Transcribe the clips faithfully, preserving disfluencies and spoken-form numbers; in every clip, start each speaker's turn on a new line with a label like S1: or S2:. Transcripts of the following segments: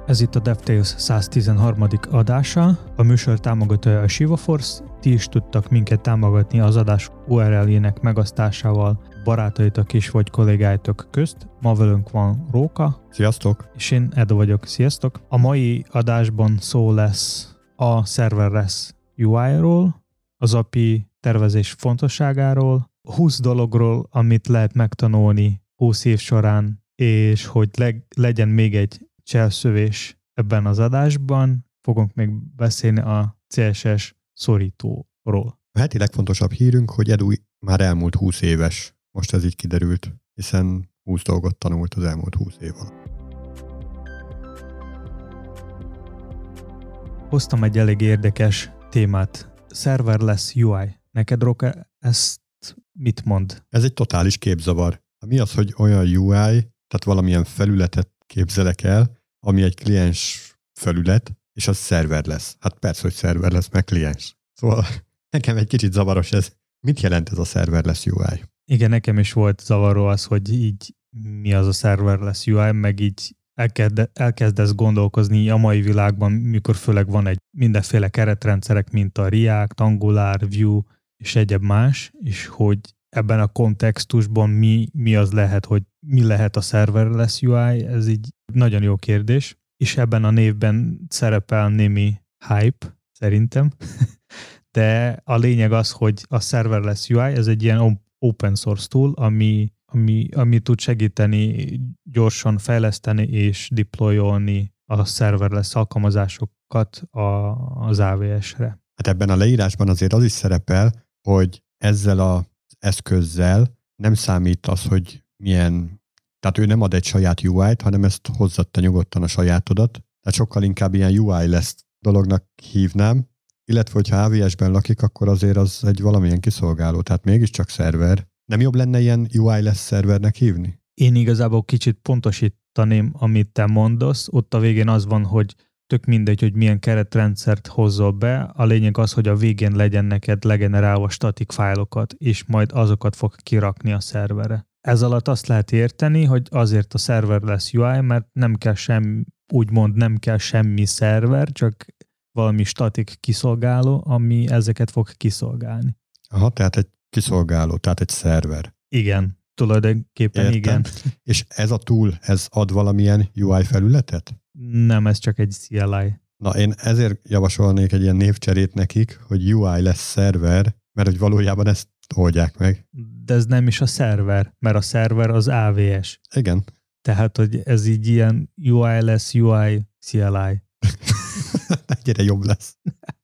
S1: Ez itt a DevTales száztizenharmadik adása, a műsor támogatója a ShivaForce, ti is tudtak minket támogatni az adás u er el-jének megosztásával barátaitok is vagy kollégáitok közt. Ma velünk van Róka.
S2: Sziasztok!
S1: És én Edo vagyok. Sziasztok! A mai adásban szó lesz a serverless u i-ról, az á pé i tervezés fontosságáról, húsz dologról, amit lehet megtanulni húsz év során, és hogy leg, legyen még egy cselszövés ebben az adásban, fogunk még beszélni a cé es es szorítóról.
S2: A heti legfontosabb hírünk, hogy Edu már elmúlt húsz éves. Most ez így kiderült, hiszen húsz dolgot tanult az elmúlt húsz év alatt.
S1: Hoztam egy elég érdekes témát. Serverless u i. Neked, Roka, ezt mit mond?
S2: Ez egy totális képzavar. Mi az, hogy olyan u i, tehát valamilyen felületet képzelek el, ami egy kliens felület, és az szerver lesz. Hát persze, hogy szerver lesz, meg kliens. Szóval nekem egy kicsit zavaros ez. Mit jelent ez a serverless u i?
S1: Igen, nekem is volt zavaró az, hogy így mi az a serverless u i, meg így elkezd, elkezdesz gondolkozni a mai világban, mikor főleg van egy mindenféle keretrendszerek, mint a React, Angular, Vue és egyéb más, és hogy ebben a kontextusban mi, mi az lehet, hogy mi lehet a serverless u i, ez így nagyon jó kérdés, és ebben a névben szerepel némi hype, szerintem, de a lényeg az, hogy a serverless u i, ez egy ilyen open source tool, ami, ami, ami tud segíteni gyorsan fejleszteni és deployolni a serverless alkalmazásokat a, az á vé es-re.
S2: Hát ebben a leírásban azért az is szerepel, hogy ezzel az eszközzel nem számít az, hogy milyen, tehát ő nem ad egy saját u i-t, hanem ezt hozzad te nyugodtan a sajátodat. Tehát sokkal inkább ilyen u i lesz dolognak hívnám, illetve hogyha á vé es-ben lakik, akkor azért az egy valamilyen kiszolgáló, tehát mégiscsak szerver. Nem jobb lenne ilyen u i lesz szervernek hívni?
S1: Én igazából kicsit pontosítaném, amit te mondasz. Ott a végén az van, hogy tök mindegy, hogy milyen keretrendszert hozzol be. A lényeg az, hogy a végén legyen neked legenerálva static fájlokat, és majd azokat fog kirakni a szerverre. Ez alatt azt lehet érteni, hogy azért a serverless u i, mert nem kell sem, úgymond nem kell semmi szerver, csak valami static kiszolgáló, ami ezeket fog kiszolgálni.
S2: Aha, tehát egy kiszolgáló, tehát egy szerver.
S1: Igen, tulajdonképpen
S2: Értem.
S1: igen.
S2: És ez a tool, ez ad valamilyen u i felületet?
S1: Nem, ez csak egy cé el i.
S2: Na, én ezért javasolnék egy ilyen névcserét nekik, hogy u i lesz szerver, mert hogy valójában ezt oldják meg.
S1: De ez nem is a szerver, mert a szerver az á vé es.
S2: Igen.
S1: Tehát, hogy ez így ilyen u i lesz u i cé el i.
S2: Egyre jobb lesz.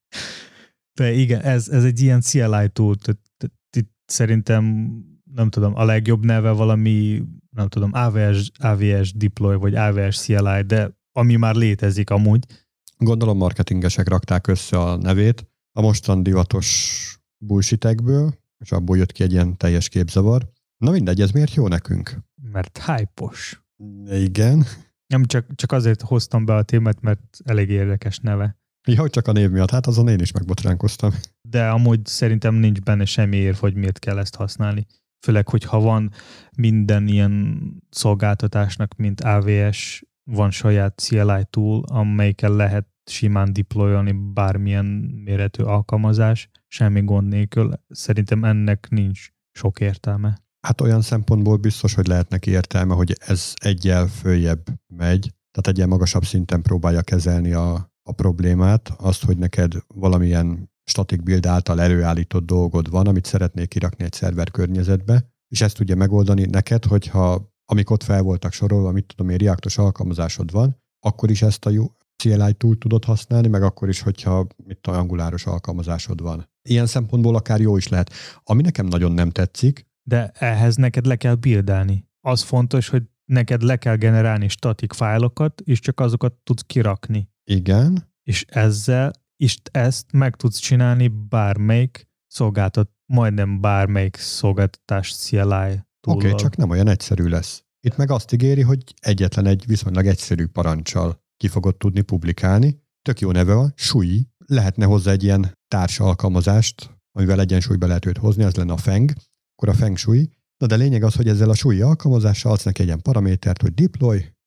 S1: De igen, ez, ez egy ilyen cé el i tool. Itt szerintem, nem tudom, a legjobb neve valami, nem tudom, á vé es, á vé es deploy, vagy á vé es cé el i, de ami már létezik amúgy.
S2: Gondolom marketingesek rakták össze a nevét a mostan divatos bullshitekből, és abból jött ki egy ilyen teljes képzavar. Na mindegy, ez miért jó nekünk?
S1: Mert hype-os.
S2: Igen.
S1: Nem, csak, csak azért hoztam be a témát, mert elég érdekes neve.
S2: Ja, hogy csak a név miatt, hát azon én is megbotránkoztam.
S1: De amúgy szerintem nincs benne semmi érv, hogy miért kell ezt használni. Főleg, hogyha van minden ilyen szolgáltatásnak, mint á vé es, van saját cé el i tool, amelyikkel lehet simán deployolni bármilyen méretű alkalmazás, semmi gond nélkül. Szerintem ennek nincs sok értelme.
S2: Hát olyan szempontból biztos, hogy lehet neki értelme, hogy ez egyel följebb megy, tehát egyel magasabb szinten próbálja kezelni a, a problémát, azt, hogy neked valamilyen static build által előállított dolgod van, amit szeretnék kirakni egy szerver környezetbe, és ezt tudja megoldani neked, hogyha amik ott fel voltak sorolva, mit tudom én, Reactos alkalmazásod van, akkor is ezt a cé el i tool tudod használni, meg akkor is, hogyha mit tudom, Anguláros alkalmazásod van. Ilyen szempontból akár jó is lehet. Ami nekem nagyon nem tetszik,
S1: de ehhez neked le kell buildelni. Az fontos, hogy neked le kell generálni static fájlokat, és csak azokat tudsz kirakni.
S2: Igen.
S1: És ezzel is ezt meg tudsz csinálni bármelyik szolgáltat, majdnem bármelyik szolgáltatás cé el i tool-val.
S2: Oké, okay, csak nem olyan egyszerű lesz. Itt meg azt ígéri, hogy egyetlen egy viszonylag egyszerű parancsal ki fogod tudni publikálni. Tök jó neve van, sui. Lehetne hozzá egy ilyen társ alkalmazást, amivel egyensúlyba lehet őt hozni, az lenne a Feng. Akkor a Feng Shui. Na de lényeg az, hogy ezzel a sui alkalmazással adsz neki egy ilyen paramétert, hogy deploy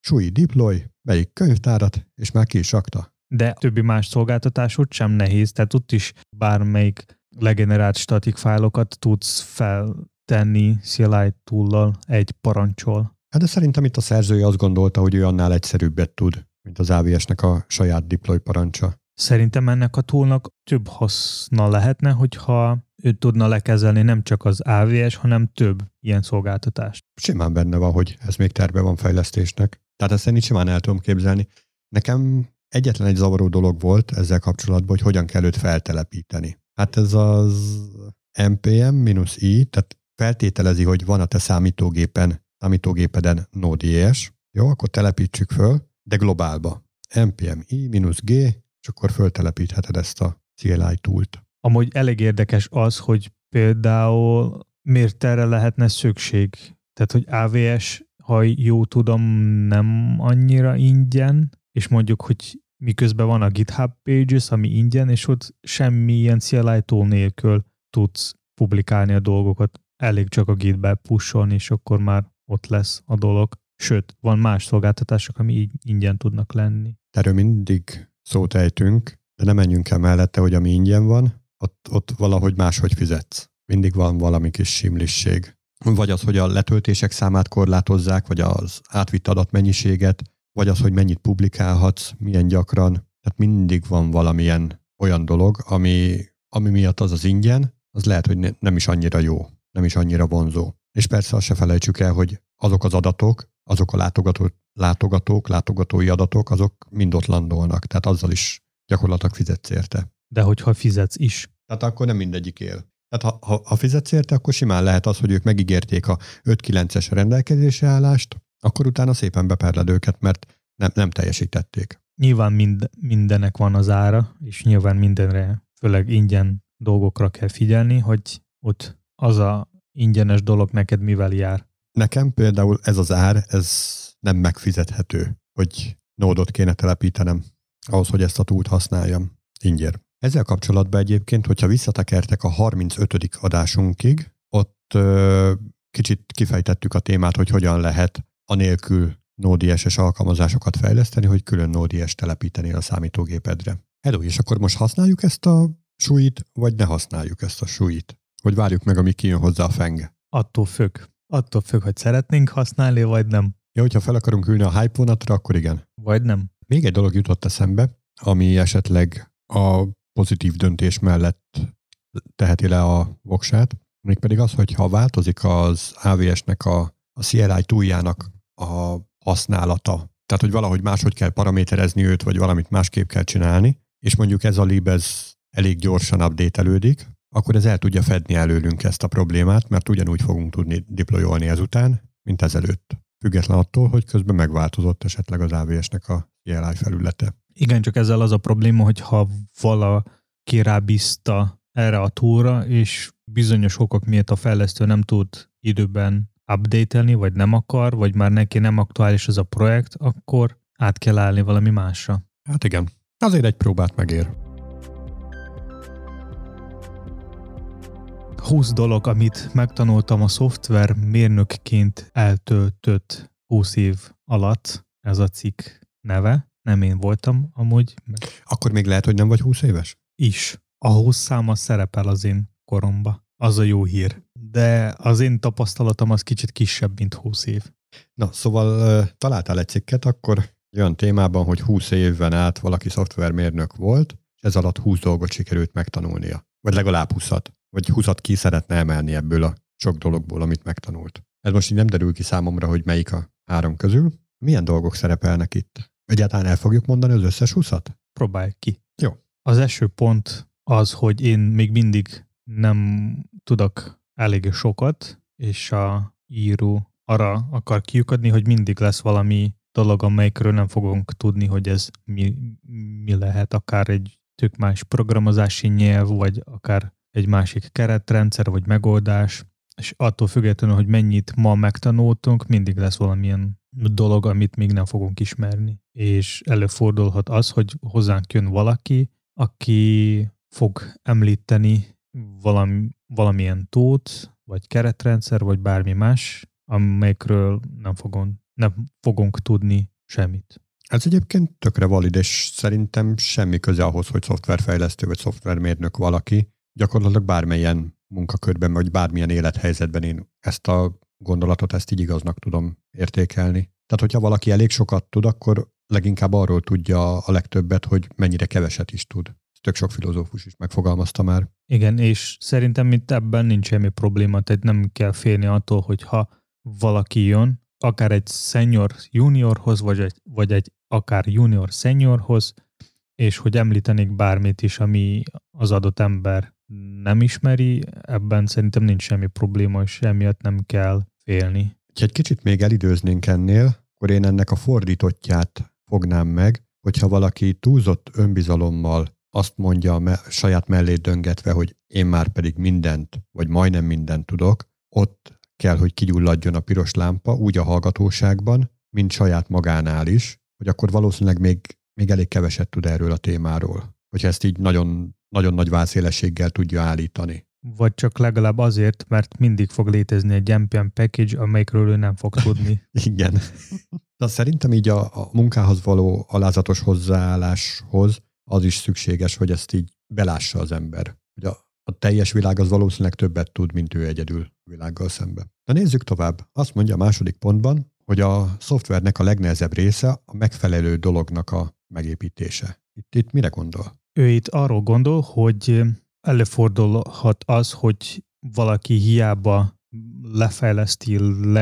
S2: sui deploy, melyik könyvtárat, és már ki is rakta.
S1: De többi más szolgáltatásod sem nehéz, tehát ott is bármelyik legenerált static fájlokat tudsz feltenni C L I tool-lal egy parancsol.
S2: Hát de szerintem itt a szerzője azt gondolta, hogy ő annál egyszerűbbet tud, mint az á vé es-nek a saját deploy parancsa.
S1: Szerintem ennek a toolnak több haszna lehetne, hogyha ő tudna lekezelni nem csak az á vé es, hanem több ilyen szolgáltatást.
S2: Simán benne van, hogy ez még terve van fejlesztésnek. Tehát ezt én így simán el tudom képzelni. Nekem egyetlen egy zavaró dolog volt ezzel kapcsolatban, hogy hogyan kell őt feltelepíteni. Hát ez az en pé em-i, tehát feltételezi, hogy van a te számítógépen, számítógépeden Node.js, jó, akkor telepítsük föl, de globálba. en pé em-i-g, és akkor föltelepítheted ezt a C L I tool-t.
S1: Amúgy elég érdekes az, hogy például miért erre lehetne szükség. Tehát, hogy á vé es, ha jó tudom, nem annyira ingyen, és mondjuk, hogy miközben van a GitHub Pages, ami ingyen, és ott semmilyen C L I tool nélkül tudsz publikálni a dolgokat. Elég csak a Gitbe pusolni, és akkor már ott lesz a dolog. Sőt, van más szolgáltatások, ami így ingyen tudnak lenni.
S2: Erről mindig szót ejtünk, de nem menjünk el mellette, hogy ami ingyen van, ott, ott valahogy máshogy fizetsz. Mindig van valami kis simlisség. Vagy az, hogy a letöltések számát korlátozzák, vagy az átvitt adatmennyiséget, vagy az, hogy mennyit publikálhatsz, milyen gyakran. Tehát mindig van valamilyen olyan dolog, ami, ami miatt az az ingyen, az lehet, hogy ne, nem is annyira jó, nem is annyira vonzó. És persze azt se felejtsük el, hogy azok az adatok, azok a látogató, látogatók, látogatói adatok, azok mind ott landolnak. Tehát azzal is gyakorlatilag fizetsz érte.
S1: De hogyha fizetsz is.
S2: Tehát akkor nem mindegyik él. Tehát ha, ha, ha fizetsz érte, akkor simán lehet az, hogy ők megígérték a öt kilences rendelkezésre állást, akkor utána szépen beperled őket, mert nem, nem teljesítették.
S1: Nyilván mind, mindenek van az ára, és nyilván mindenre, főleg ingyen dolgokra kell figyelni, hogy ott az a ingyenes dolog neked mivel jár.
S2: Nekem például ez az ár, ez nem megfizethető, hogy nódot kéne telepítenem ahhoz, hogy ezt a túlt használjam ingyen. Ezzel kapcsolatban egyébként, hogyha visszatekertek a harmincötödik adásunkig, ott ö, kicsit kifejtettük a témát, hogy hogyan lehet anélkül Node.js-es alkalmazásokat fejleszteni, hogy külön Node.js telepítenél a számítógépedre. Hello, és akkor most használjuk ezt a suite, vagy ne használjuk ezt a suite? Vagy várjuk meg, amíg kijön hozzá a feng?
S1: Attól függ. Attól függ, hogy szeretnénk használni, vagy nem.
S2: Ja, hogyha fel akarunk ülni a hype vonatra, akkor igen.
S1: Vagy nem.
S2: Még egy dolog jutott eszembe, ami esetleg a pozitív döntés mellett teheti le a voksát, mégpedig az, hogy ha változik az á vé es-nek a, a C L I tooljának a használata, tehát hogy valahogy máshogy kell paraméterezni őt, vagy valamit másképp kell csinálni, és mondjuk ez a lib ez elég gyorsan update-elődik, akkor ez el tudja fedni előlünk ezt a problémát, mert ugyanúgy fogunk tudni deployolni ezután, mint ezelőtt. Független attól, hogy közben megváltozott esetleg az á vé es-nek a C L I felülete.
S1: Igen, csak ezzel az a probléma, hogy ha valaki rábízta erre a túra, és bizonyos okok miatt a fejlesztő nem tud időben update-elni, vagy nem akar, vagy már neki nem aktuális ez a projekt, akkor át kell állni valami másra.
S2: Hát igen, azért egy próbát megér.
S1: húsz dolog, amit megtanultam a szoftver mérnökként eltöltött húsz év alatt, ez a cikk neve. Nem én voltam amúgy.
S2: Akkor még lehet, hogy nem vagy húsz éves?
S1: Is. A húsz szám az szerepel az én koromba. Az a jó hír. De az én tapasztalatom az kicsit kisebb, mint húsz év.
S2: Na, szóval uh, találtál egy cikket, akkor olyan témában, hogy húsz éven át valaki szoftvermérnök volt, és ez alatt húsz dolgot sikerült megtanulnia. Vagy legalább húszat. Vagy húszat ki szeretne emelni ebből a sok dologból, amit megtanult. Ez most így nem derül ki számomra, hogy melyik a három közül. Milyen dolgok szerepelnek itt? Egyáltalán el fogjuk mondani az összes húszat?
S1: Próbálj ki.
S2: Jó.
S1: Az első pont az, hogy én még mindig nem tudok elég sokat, és a író arra akar kiukadni, hogy mindig lesz valami dolog, amelyikről nem fogunk tudni, hogy ez mi, mi lehet, akár egy tök más programozási nyelv, vagy akár egy másik keretrendszer, vagy megoldás, és attól függetlenül, hogy mennyit ma megtanultunk, mindig lesz valamilyen dolog, amit még nem fogunk ismerni. És előfordulhat az, hogy hozzánk jön valaki, aki fog említeni valami, valamilyen tót, vagy keretrendszer, vagy bármi más, amelyekről nem fogunk, nem fogunk tudni semmit.
S2: Ez egyébként tökre valid, és szerintem semmi köze ahhoz, hogy szoftverfejlesztő vagy szoftvermérnök valaki. Gyakorlatilag bármilyen munkakörben, vagy bármilyen élethelyzetben én ezt a gondolatot, ezt így igaznak tudom értékelni. Tehát, hogyha valaki elég sokat tud, akkor leginkább arról tudja a legtöbbet, hogy mennyire keveset is tud. Tök sok filozófus is megfogalmazta már.
S1: Igen, és szerintem itt ebben nincs semmi probléma, tehát nem kell félni attól, hogy ha valaki jön, akár egy senior juniorhoz, vagy egy, vagy egy akár junior seniorhoz, és hogy említenék bármit is, ami az adott ember nem ismeri, ebben szerintem nincs semmi probléma, és emiatt nem kell félni.
S2: Ha egy kicsit még elidőznénk ennél, akkor én ennek a fordítottját fognám meg, hogyha valaki túlzott önbizalommal azt mondja a me- saját mellét döngetve, hogy én már pedig mindent, vagy majdnem mindent tudok, ott kell, hogy kigyulladjon a piros lámpa, úgy a hallgatóságban, mint saját magánál is, hogy akkor valószínűleg még, még elég keveset tud erről a témáról. Hogyha ezt így nagyon, nagyon nagy válszélességgel tudja állítani.
S1: Vagy csak legalább azért, mert mindig fog létezni egy en pé em package, amelyikről ő nem fog tudni.
S2: Igen. De szerintem így a, a munkához való alázatos hozzáálláshoz az is szükséges, hogy ezt így belássa az ember. Hogy a, a teljes világ az valószínűleg többet tud, mint ő egyedül a világgal szemben. De nézzük tovább. Azt mondja a második pontban, hogy a szoftvernek a legnehezebb része a megfelelő dolognak a megépítése. Itt, itt mire gondol?
S1: Ő itt arról gondol, hogy előfordulhat az, hogy valaki hiába lefejleszti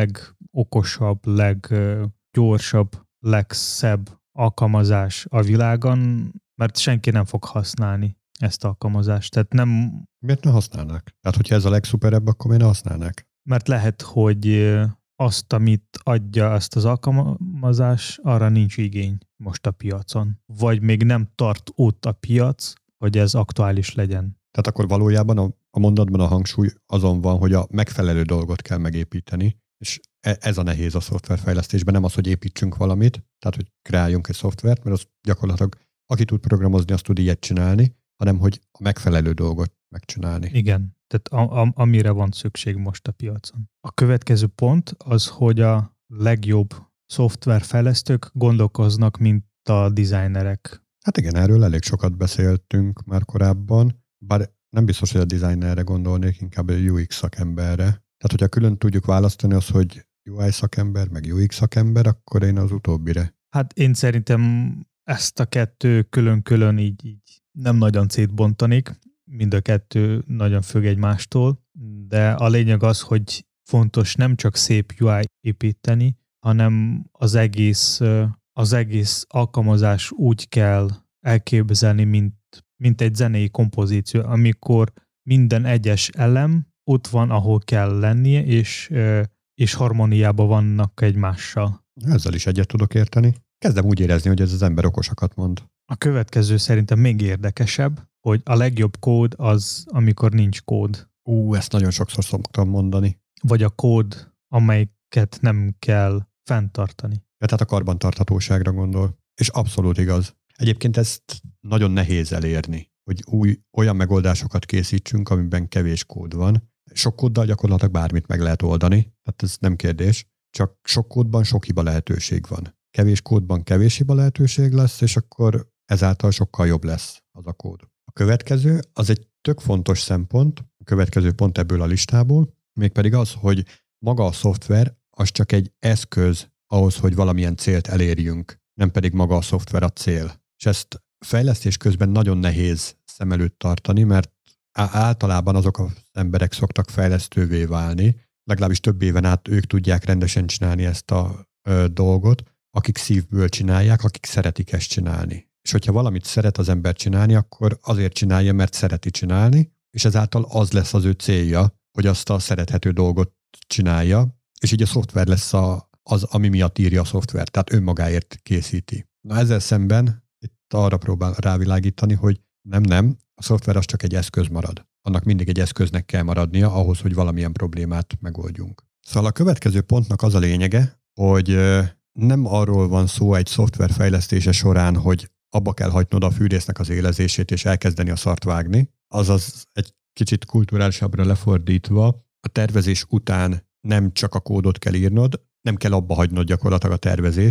S1: legokosabb, leggyorsabb, legszebb alkalmazás a világon, mert senki nem fog használni ezt a alkalmazást. Tehát nem...
S2: Miért ne használnak? Tehát, hogyha ez a legszuperebb, akkor miért ne használnak?
S1: Mert lehet, hogy azt, amit adja ezt az alkalmazás, arra nincs igény most a piacon. Vagy még nem tart ott a piac, hogy ez aktuális legyen.
S2: Tehát akkor valójában a, a mondatban a hangsúly azon van, hogy a megfelelő dolgot kell megépíteni, és ez a nehéz a szoftverfejlesztésben, nem az, hogy építsünk valamit, tehát hogy kreáljunk egy szoftvert, mert az gyakorlatilag aki tud programozni, azt tud ilyet csinálni, hanem hogy a megfelelő dolgot megcsinálni.
S1: Igen, tehát a, a, amire van szükség most a piacon. A következő pont az, hogy a legjobb szoftverfejlesztők gondolkoznak, mint a designerek.
S2: Hát igen, erről elég sokat beszéltünk már korábban, bár nem biztos, hogy a designerre gondolnék, inkább a u iksz szakemberre. Tehát, hogyha külön tudjuk választani az, hogy u i szakember, meg u iksz szakember, akkor én az utóbbire.
S1: Hát én szerintem ezt a kettő külön-külön így, így nem nagyon szétbontanék, mind a kettő nagyon függ egymástól, de a lényeg az, hogy fontos nem csak szép u i építeni, hanem az egész, az egész alkalmazás úgy kell elképzelni, mint, mint egy zenei kompozíció, amikor minden egyes elem ott van, ahol kell lennie, és, és harmóniában vannak egymással.
S2: Ezzel is egyet tudok érteni. Kezdem úgy érezni, hogy ez az ember okosakat mond.
S1: A következő szerintem még érdekesebb, hogy a legjobb kód az, amikor nincs kód.
S2: Ú, ezt nagyon sokszor szoktam mondani.
S1: Vagy a kód, amelyiket nem kell fenntartani.
S2: Ja, tehát a karbantarthatóságra gondol. És abszolút igaz. Egyébként ezt nagyon nehéz elérni, hogy új olyan megoldásokat készítsünk, amiben kevés kód van. Sok kóddal gyakorlatilag bármit meg lehet oldani, tehát ez nem kérdés. Csak sok kódban sok hiba lehetőség van. Kevés kódban kevés hiba lehetőség lesz, és akkor ezáltal sokkal jobb lesz az a kód. A következő, az egy tök fontos szempont, a következő pont ebből a listából, mégpedig az, hogy maga a szoftver az csak egy eszköz ahhoz, hogy valamilyen célt elérjünk, nem pedig maga a szoftver a cél. És ezt fejlesztés közben nagyon nehéz szem előtt tartani, mert általában azok az emberek szoktak fejlesztővé válni, legalábbis több éven át ők tudják rendesen csinálni ezt a ö, dolgot, akik szívből csinálják, akik szeretik ezt csinálni. És hogyha valamit szeret az ember csinálni, akkor azért csinálja, mert szereti csinálni, és ezáltal az lesz az ő célja, hogy azt a szerethető dolgot csinálja, és így a szoftver lesz a, az, ami miatt írja a szoftvert, tehát önmagáért készíti. Na ezzel szemben itt arra próbál rávilágítani, hogy nem, nem, a szoftver az csak egy eszköz marad. Annak mindig egy eszköznek kell maradnia ahhoz, hogy valamilyen problémát megoldjunk. Szóval a következő pontnak az a lényege, hogy nem arról van szó egy szoftver fejlesztése során, hogy abba kell hagynod a fűrésznek az élezését, és elkezdeni a szart vágni. Azaz egy kicsit kulturálisabbra lefordítva, a tervezés után nem csak a kódot kell írnod, nem kell abba hagynod gyakorlatilag a tervezést,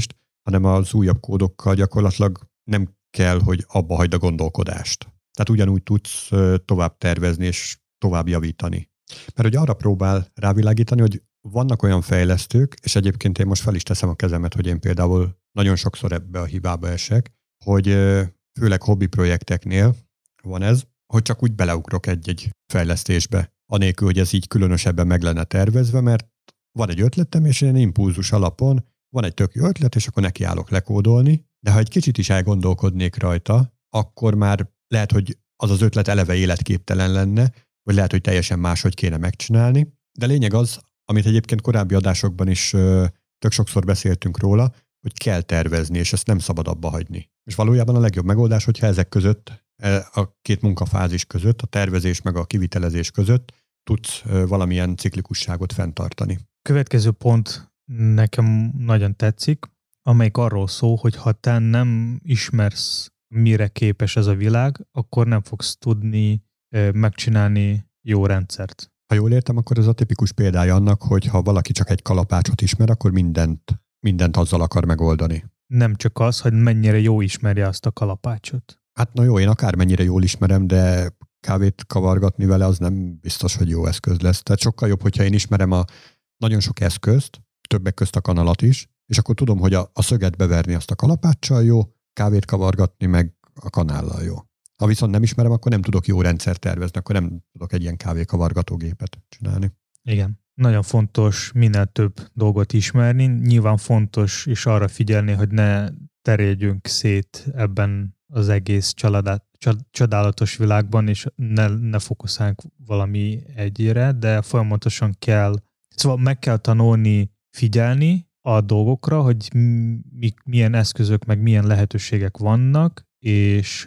S2: hanem az újabb kódokkal gyakorlatilag nem kell, hogy abba hagyd a gondolkodást. Tehát ugyanúgy tudsz tovább tervezni és tovább javítani. Mert hogy arra próbál rávilágítani, hogy vannak olyan fejlesztők, és egyébként én most fel is teszem a kezemet, hogy én például nagyon sokszor ebbe a hibába esek, hogy főleg hobbi projekteknél van ez, hogy csak úgy beleugrok egy-egy fejlesztésbe, anélkül, hogy ez így különösebben meg lenne tervezve, mert van egy ötletem, és én impulzus alapon van egy tök jó ötlet, és akkor nekiállok lekódolni, de ha egy kicsit is elgondolkodnék rajta, akkor már lehet, hogy az az ötlet eleve életképtelen lenne, vagy lehet, hogy teljesen máshogy kéne megcsinálni. De lényeg az, amit egyébként korábbi adásokban is tök sokszor beszéltünk róla, hogy kell tervezni, és ezt nem szabad abba hagyni. És valójában a legjobb megoldás, hogyha ezek között, a két munkafázis között, a tervezés meg a kivitelezés között tudsz valamilyen ciklikusságot fenntartani.
S1: Következő pont nekem nagyon tetszik, amelyik arról szól, hogy ha te nem ismersz, mire képes ez a világ, akkor nem fogsz tudni megcsinálni jó rendszert.
S2: Ha jól értem, akkor ez a tipikus példája annak, hogy ha valaki csak egy kalapácsot ismer, akkor mindent, mindent azzal akar megoldani.
S1: Nem csak az, hogy mennyire jó ismerje azt a kalapácsot.
S2: Hát na jó, én akármennyire jól ismerem, de kávét kavargatni vele az nem biztos, hogy jó eszköz lesz. Tehát sokkal jobb, hogyha én ismerem a nagyon sok eszközt, többek közt a kanalat is, és akkor tudom, hogy a, a szöget beverni azt a kalapáccsal jó, kávét kavargatni meg a kanállal jó. Ha viszont nem ismerem, akkor nem tudok jó rendszert tervezni, akkor nem tudok egy ilyen kávékavargatógépet csinálni.
S1: Igen. Nagyon fontos minél több dolgot ismerni. Nyilván fontos is arra figyelni, hogy ne terjedjünk szét ebben az egész családát, csodálatos világban, és ne, ne fókuszáljunk valami egyre, de folyamatosan kell, szóval meg kell tanulni figyelni a dolgokra, hogy mi, milyen eszközök, meg milyen lehetőségek vannak, és,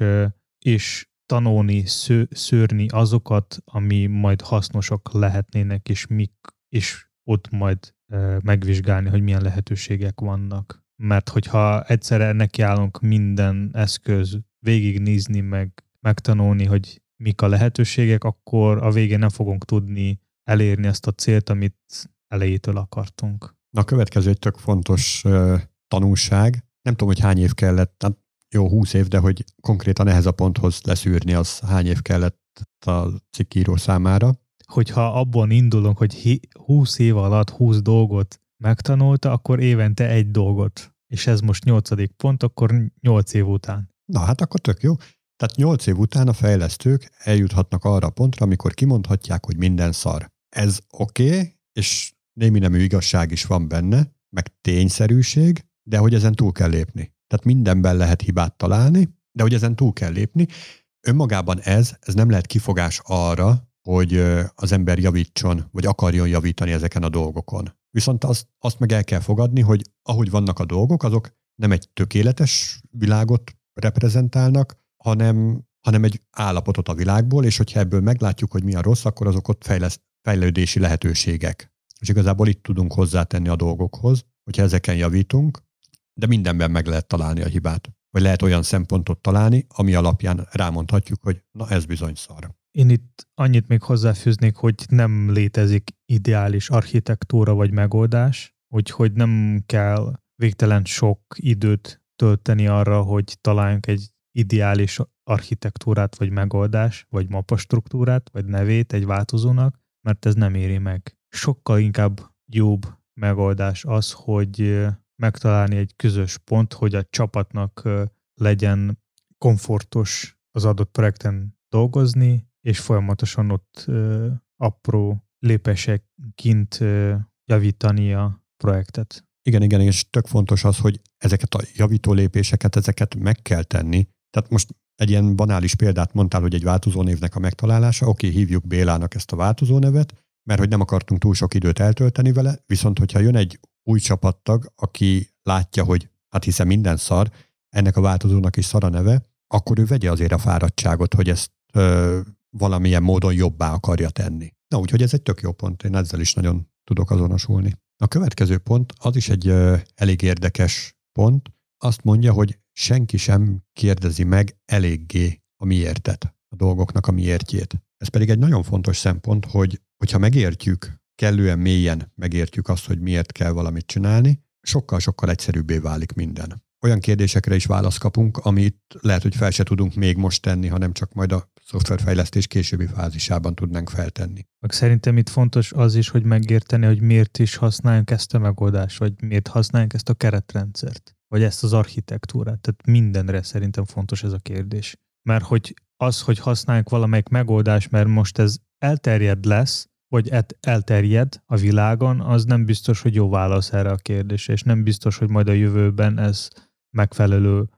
S1: és tanulni, sző, szőrni azokat, ami majd hasznosak lehetnének, és, mik, és ott majd e, megvizsgálni, hogy milyen lehetőségek vannak. Mert hogyha egyszerre nekiállunk minden eszköz végignézni, meg megtanulni, hogy mik a lehetőségek, akkor a végén nem fogunk tudni elérni ezt a célt, amit elejétől akartunk.
S2: Na, a következő egy tök fontos uh, tanulság. Nem tudom, hogy hány év kellett, hát jó, húsz év, de hogy konkrétan ehhez a ponthoz leszűrni, az hány év kellett a cikkíró számára.
S1: Hogyha abban indulunk, hogy húsz év alatt húsz dolgot megtanulta, akkor évente egy dolgot. És ez most nyolcadik pont, akkor nyolc év után.
S2: Na hát akkor tök jó. Tehát nyolc év után a fejlesztők eljuthatnak arra a pontra, amikor kimondhatják, hogy minden szar. Ez oké, okay, és némi nemű igazság is van benne, meg tényszerűség, de hogy ezen túl kell lépni. Tehát mindenben lehet hibát találni, de hogy ezen túl kell lépni. Önmagában ez, ez nem lehet kifogás arra, hogy az ember javítson, vagy akarjon javítani ezeken a dolgokon. Viszont azt, azt meg el kell fogadni, hogy ahogy vannak a dolgok, azok nem egy tökéletes világot reprezentálnak, hanem, hanem egy állapotot a világból, és hogyha ebből meglátjuk, hogy mi a rossz, akkor azok ott fejlesz, fejlődési lehetőségek. És igazából itt tudunk hozzátenni a dolgokhoz, hogyha ezeken javítunk, de mindenben meg lehet találni a hibát. Vagy lehet olyan szempontot találni, ami alapján rámondhatjuk, hogy na ez bizony szar.
S1: Én itt annyit még hozzáfűznék, hogy nem létezik ideális architektúra vagy megoldás, úgyhogy nem kell végtelen sok időt tölteni arra, hogy találjunk egy ideális architektúrát vagy megoldás, vagy mapastruktúrát, vagy nevét egy változónak, mert ez nem éri meg. Sokkal inkább jobb megoldás az, hogy megtalálni egy közös pont, hogy a csapatnak legyen komfortos az adott projekten dolgozni, és folyamatosan ott ö, apró lépésekként ö, javítani a projektet.
S2: Igen, igen, és tök fontos az, hogy ezeket a javító lépéseket, ezeket meg kell tenni. Tehát most egy ilyen banális példát mondtál, hogy egy változónévnek a megtalálása, oké, hívjuk Bélának ezt a változónevet, mert hogy nem akartunk túl sok időt eltölteni vele, viszont hogyha jön egy új csapattag, aki látja, hogy hát hiszen minden szar, ennek a változónak is szar a neve, akkor ő vegye azért a fáradtságot, hogy ezt ö, valamilyen módon jobbá akarja tenni. Na, úgyhogy ez egy tök jó pont, én ezzel is nagyon tudok azonosulni. A következő pont, az is egy ö, elég érdekes pont, azt mondja, hogy senki sem kérdezi meg eléggé a miértet, a dolgoknak a miértjét. Ez pedig egy nagyon fontos szempont, hogy hogyha megértjük, kellően mélyen megértjük azt, hogy miért kell valamit csinálni, sokkal-sokkal egyszerűbbé válik minden. Olyan kérdésekre is választ kapunk, amit lehet, hogy fel se tudunk még most tenni, hanem csak majd a szoftverfejlesztés későbbi fázisában tudnánk feltenni.
S1: Meg szerintem itt fontos az is, hogy megérteni, hogy miért is használjuk ezt a megoldást, vagy miért használjuk ezt a keretrendszert, vagy ezt az architektúrát. Tehát mindenre szerintem fontos ez a kérdés. Mert hogy az, hogy használjuk valamelyik megoldást, mert most ez elterjed lesz, vagy elterjed a világon, az nem biztos, hogy jó válasz erre a kérdésre, és nem biztos, hogy majd a jövőben ez megfelelő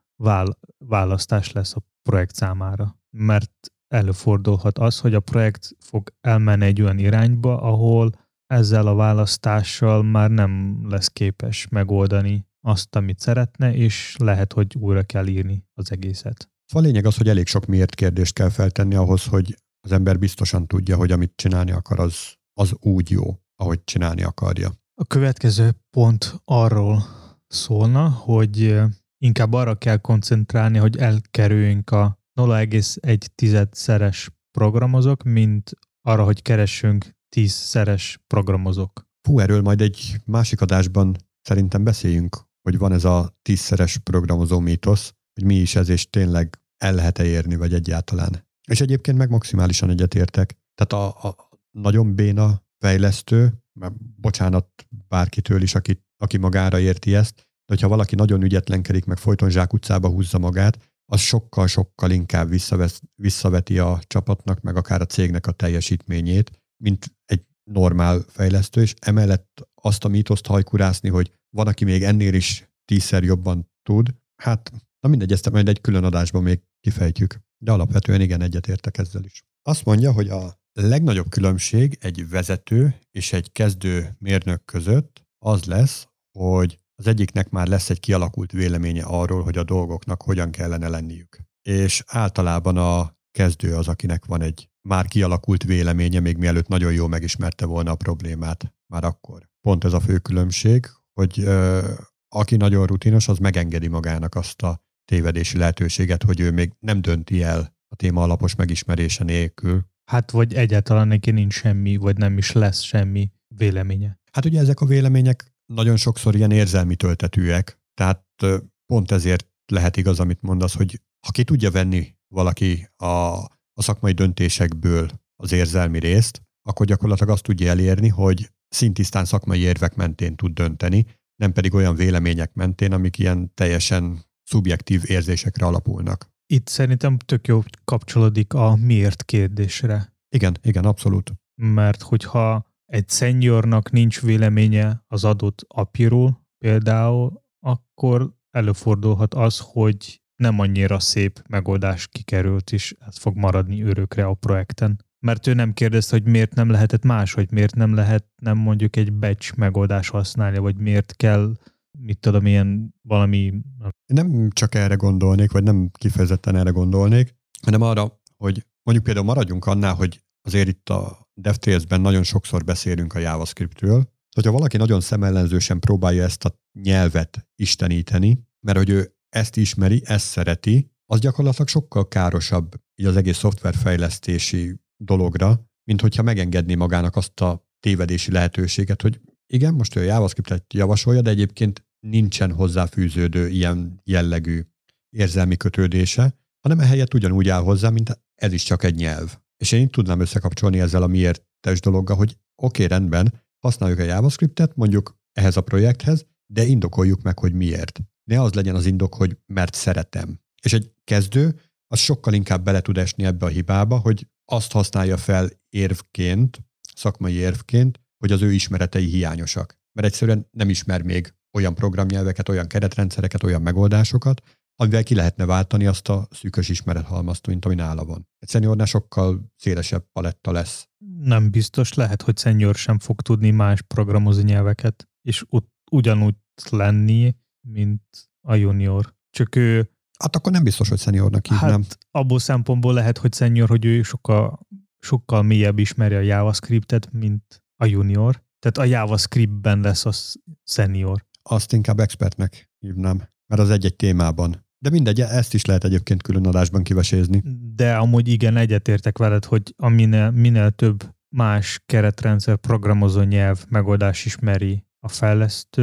S1: választás lesz a projekt számára. Mert előfordulhat az, hogy a projekt fog elmenni egy olyan irányba, ahol ezzel a választással már nem lesz képes megoldani azt, amit szeretne, és lehet, hogy újra kell írni az egészet.
S2: A lényeg az, hogy elég sok miért kérdést kell feltenni ahhoz, hogy az ember biztosan tudja, hogy amit csinálni akar, az, az úgy jó, ahogy csinálni akarja.
S1: A következő pont arról szólna, hogy inkább arra kell koncentrálni, hogy elkerüljünk a nulla egész egy szeres programozók, mint arra, hogy keressünk tízszeres programozók.
S2: Fú, erről majd egy másik adásban szerintem beszéljünk, hogy van ez a tízszeres programozó mítosz, hogy mi is ez, és tényleg el lehet-e érni, vagy egyáltalán. És egyébként meg maximálisan egyetértek. Tehát a, a nagyon béna fejlesztő, bocsánat bárkitől is, aki, aki magára érti ezt, de hogyha valaki nagyon ügyetlenkedik, meg folyton zsákutcába húzza magát, az sokkal-sokkal inkább visszavesz, visszaveti a csapatnak, meg akár a cégnek a teljesítményét, mint egy normál fejlesztő, és emellett azt a mítoszt hajkurászni, hogy van, aki még ennél is tízszer jobban tud, hát na mindegy, ezt majd egy külön adásban még kifejtjük. De alapvetően igen, egyetértek ezzel is. Azt mondja, hogy a legnagyobb különbség egy vezető és egy kezdő mérnök között az lesz, hogy az egyiknek már lesz egy kialakult véleménye arról, hogy a dolgoknak hogyan kellene lenniük. És általában a kezdő az, akinek van egy már kialakult véleménye, még mielőtt nagyon jól megismerte volna a problémát már akkor. Pont ez a fő különbség, hogy ö, aki nagyon rutinos, az megengedi magának azt a tévedési lehetőséget, hogy ő még nem dönti el a téma alapos megismerése nélkül.
S1: Hát vagy egyáltalán neki nincs semmi, vagy nem is lesz semmi véleménye.
S2: Hát ugye ezek a vélemények nagyon sokszor ilyen érzelmi töltetűek, tehát pont ezért lehet igaz, amit mondasz, hogy ha ki tudja venni valaki a, a szakmai döntésekből az érzelmi részt, akkor gyakorlatilag azt tudja elérni, hogy szintisztán szakmai érvek mentén tud dönteni, nem pedig olyan vélemények mentén, amik ilyen teljesen szubjektív érzésekre alapulnak.
S1: Itt szerintem tök jó kapcsolódik a miért kérdésre.
S2: Igen, igen, abszolút.
S1: Mert hogyha egy seniornak nincs véleménye az adott apiról például, akkor előfordulhat az, hogy nem annyira szép megoldás kikerült, és ez fog maradni örökre a projekten. Mert ő nem kérdezte, hogy miért nem lehetett máshogy, miért nem lehet nem mondjuk egy batch megoldás használni, vagy miért kell, mit tudom, ilyen valami...
S2: Nem csak erre gondolnék, vagy nem kifejezetten erre gondolnék, hanem arra, hogy mondjuk például maradjunk annál, hogy azért itt a DevTales-ben nagyon sokszor beszélünk a JavaScriptről, hogyha valaki nagyon szemellenzősen próbálja ezt a nyelvet isteníteni, mert hogy ő ezt ismeri, ezt szereti, az gyakorlatilag sokkal károsabb így az egész szoftverfejlesztési dologra, mint hogyha megengedné magának azt a tévedési lehetőséget, hogy igen, most ő a JavaScriptet javasolja, de egyébként nincsen hozzáfűződő ilyen jellegű érzelmi kötődése, hanem ehelyett ugyanúgy áll hozzá, mint ez is csak egy nyelv. És én itt tudnám összekapcsolni ezzel a miértes dologgal, hogy oké, okay, rendben, használjuk a JavaScriptet, mondjuk ehhez a projekthez, de indokoljuk meg, hogy miért. Ne az legyen az indok, hogy mert szeretem. És egy kezdő, az sokkal inkább bele tud esni ebbe a hibába, hogy azt használja fel érvként, szakmai érvként, hogy az ő ismeretei hiányosak. Mert egyszerűen nem ismer még olyan programnyelveket, olyan keretrendszereket, olyan megoldásokat, amivel ki lehetne váltani azt a szűkös ismerethalmazt, mint ami nála van. Egy seniornál sokkal szélesebb paletta lesz.
S1: Nem biztos, lehet, hogy senior sem fog tudni más programozó nyelveket, és ut- ugyanúgy lenni, mint a junior. Csak ő...
S2: Hát akkor nem biztos, hogy seniornak hívnám.
S1: Hát abból szempontból lehet, hogy senior, hogy ő sokkal, sokkal mélyebb ismeri a JavaScriptet, mint a junior. Tehát a JavaScriptben lesz a senior.
S2: Azt inkább expertnek hívnám, mert az egy-egy témában. De mindegy, ezt is lehet egyébként külön adásban kivesézni.
S1: De amúgy igen, egyetértek veled, hogy a minél, minél több más keretrendszer programozó nyelv megoldás ismeri a fejlesztő,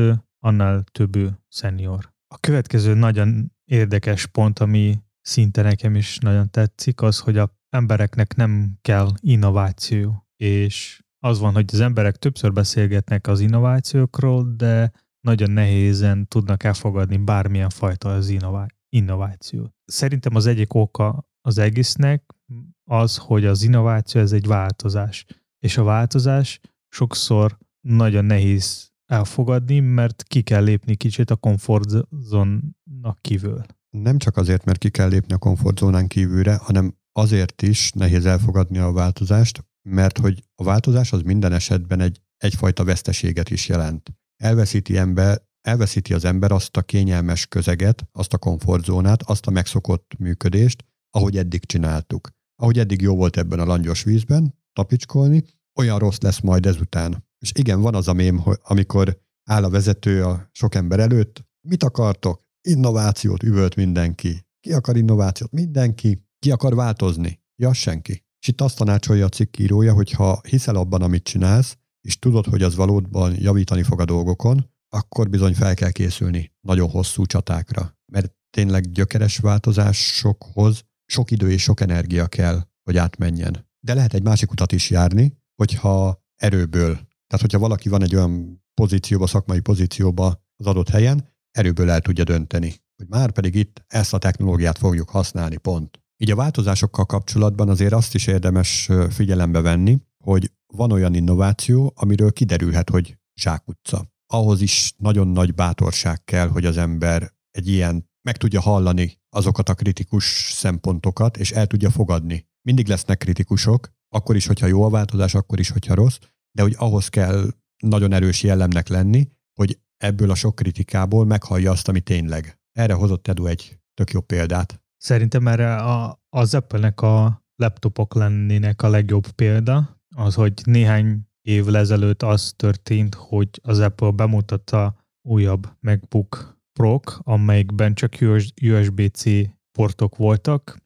S1: annál több ő szenior. A következő nagyon érdekes pont, ami szinte nekem is nagyon tetszik, az, hogy az embereknek nem kell innováció, és az van, hogy az emberek többször beszélgetnek az innovációkról, de nagyon nehézen tudnak elfogadni bármilyen fajta az innová- innovációt. Szerintem az egyik oka az egésznek az, hogy az innováció ez egy változás, és a változás sokszor nagyon nehéz elfogadni, mert ki kell lépni kicsit a komfortzónnak kívül.
S2: Nem csak azért, mert ki kell lépni a komfortzónán kívülre, hanem azért is nehéz elfogadni a változást, mert hogy a változás az minden esetben egy, egyfajta veszteséget is jelent. Elveszíti, ember, elveszíti az ember azt a kényelmes közeget, azt a komfortzónát, azt a megszokott működést, ahogy eddig csináltuk. Ahogy eddig jó volt ebben a langyos vízben tapicskolni, olyan rossz lesz majd ezután. És igen, van az a mém, hogy amikor áll a vezető a sok ember előtt, mit akartok? Innovációt üvölt mindenki. Ki akar innovációt? Mindenki. Ki akar változni? Ja, senki. És itt azt tanácsolja a cikk írója, hogy ha hiszel abban, amit csinálsz, és tudod, hogy az valóban javítani fog a dolgokon, akkor bizony fel kell készülni nagyon hosszú csatákra. Mert tényleg gyökeres változásokhoz sok idő és sok energia kell, hogy átmenjen. De lehet egy másik utat is járni, hogyha erőből. Tehát, hogyha valaki van egy olyan pozícióba, szakmai pozícióba az adott helyen, erőből el tudja dönteni, hogy már pedig itt ezt a technológiát fogjuk használni, pont. Így a változásokkal kapcsolatban azért azt is érdemes figyelembe venni, hogy van olyan innováció, amiről kiderülhet, hogy zsákutca. Ahhoz is nagyon nagy bátorság kell, hogy az ember egy ilyen meg tudja hallani azokat a kritikus szempontokat, és el tudja fogadni. Mindig lesznek kritikusok, akkor is, hogyha jó a változás, akkor is, hogyha rossz, de hogy ahhoz kell nagyon erős jellemnek lenni, hogy ebből a sok kritikából meghallja azt, ami tényleg. Erre hozott Edu egy tök jó példát.
S1: Szerintem erre a, az Apple-nek a laptopok lennének a legjobb példa, az, hogy néhány évvel ezelőtt az történt, hogy az Apple bemutatta újabb MacBook Pro-k, amelyikben csak u es bé-C portok voltak,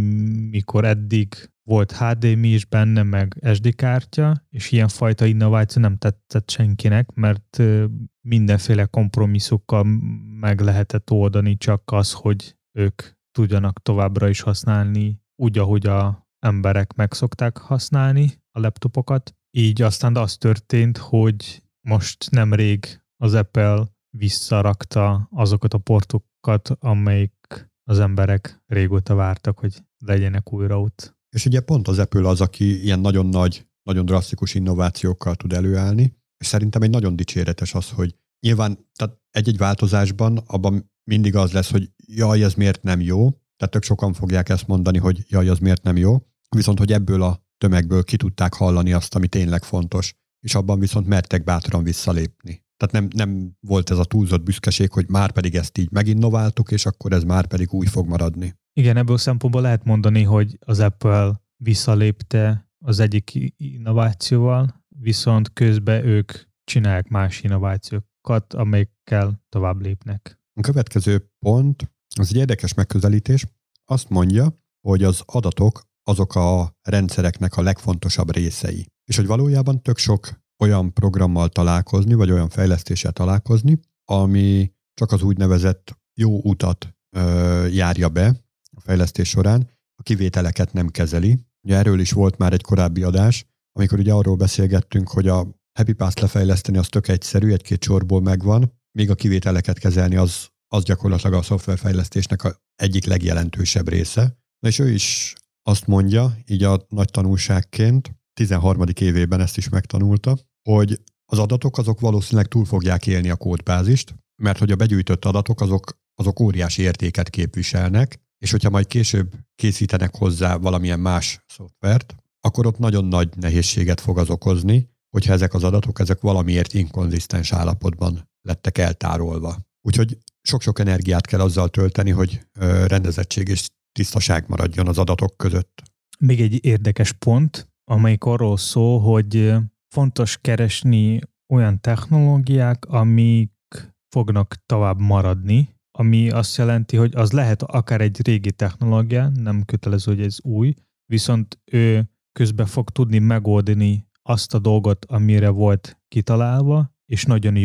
S1: mikor eddig volt há dé em i is benne, meg es dé kártya, és ilyenfajta innováció nem tetszett senkinek, mert mindenféle kompromisszukkal meg lehetett oldani, csak az, hogy ők tudjanak továbbra is használni úgy, ahogy a emberek meg szokták használni a laptopokat. Így aztán az történt, hogy most nemrég az Apple visszarakta azokat a portokat, amelyik az emberek régóta vártak, hogy legyenek újra ott.
S2: És ugye pont az Apple az, aki ilyen nagyon nagy, nagyon drasztikus innovációkkal tud előállni, és szerintem egy nagyon dicséretes az, hogy nyilván tehát egy-egy változásban abban mindig az lesz, hogy jaj, ez miért nem jó, tehát tök sokan fogják ezt mondani, hogy jaj, az miért nem jó, viszont hogy ebből a tömegből ki tudták hallani azt, ami tényleg fontos, és abban viszont mertek bátran visszalépni. Tehát nem, nem volt ez a túlzott büszkeség, hogy már pedig ezt így meginnováltuk, és akkor ez már pedig úgy fog maradni.
S1: Igen, ebből szempontból lehet mondani, hogy az Apple visszalépte az egyik innovációval, viszont közben ők csinálják más innovációkat, amelyekkel tovább lépnek.
S2: A következő pont, az egy érdekes megközelítés, azt mondja, hogy az adatok azok a rendszereknek a legfontosabb részei. És hogy valójában tök sok olyan programmal találkozni, vagy olyan fejlesztéssel találkozni, ami csak az úgynevezett jó utat ö, járja be a fejlesztés során, a kivételeket nem kezeli. Ugye erről is volt már egy korábbi adás, amikor ugye arról beszélgettünk, hogy a Happy Path lefejleszteni az tök egyszerű, egy-két sorból megvan, még a kivételeket kezelni az, az gyakorlatilag a szoftverfejlesztésnek a egyik legjelentősebb része. Na és ő is azt mondja, így a nagy tanulságként, tizenharmadik évében ezt is megtanulta, hogy az adatok azok valószínűleg túl fogják élni a kódbázist, mert hogy a begyűjtött adatok azok, azok óriási értéket képviselnek, és hogyha majd később készítenek hozzá valamilyen más szoftvert, akkor ott nagyon nagy nehézséget fog az okozni, hogyha ezek az adatok ezek valamiért inkonzisztens állapotban lettek eltárolva. Úgyhogy sok-sok energiát kell azzal tölteni, hogy rendezettség és tisztaság maradjon az adatok között.
S1: Még egy érdekes pont, amelyik arról szól, hogy fontos keresni olyan technológiák, amik fognak tovább maradni, ami azt jelenti, hogy az lehet akár egy régi technológia, nem kötelező, hogy ez új, viszont ő közben fog tudni megoldani azt a dolgot, amire volt kitalálva, és nagyon jó.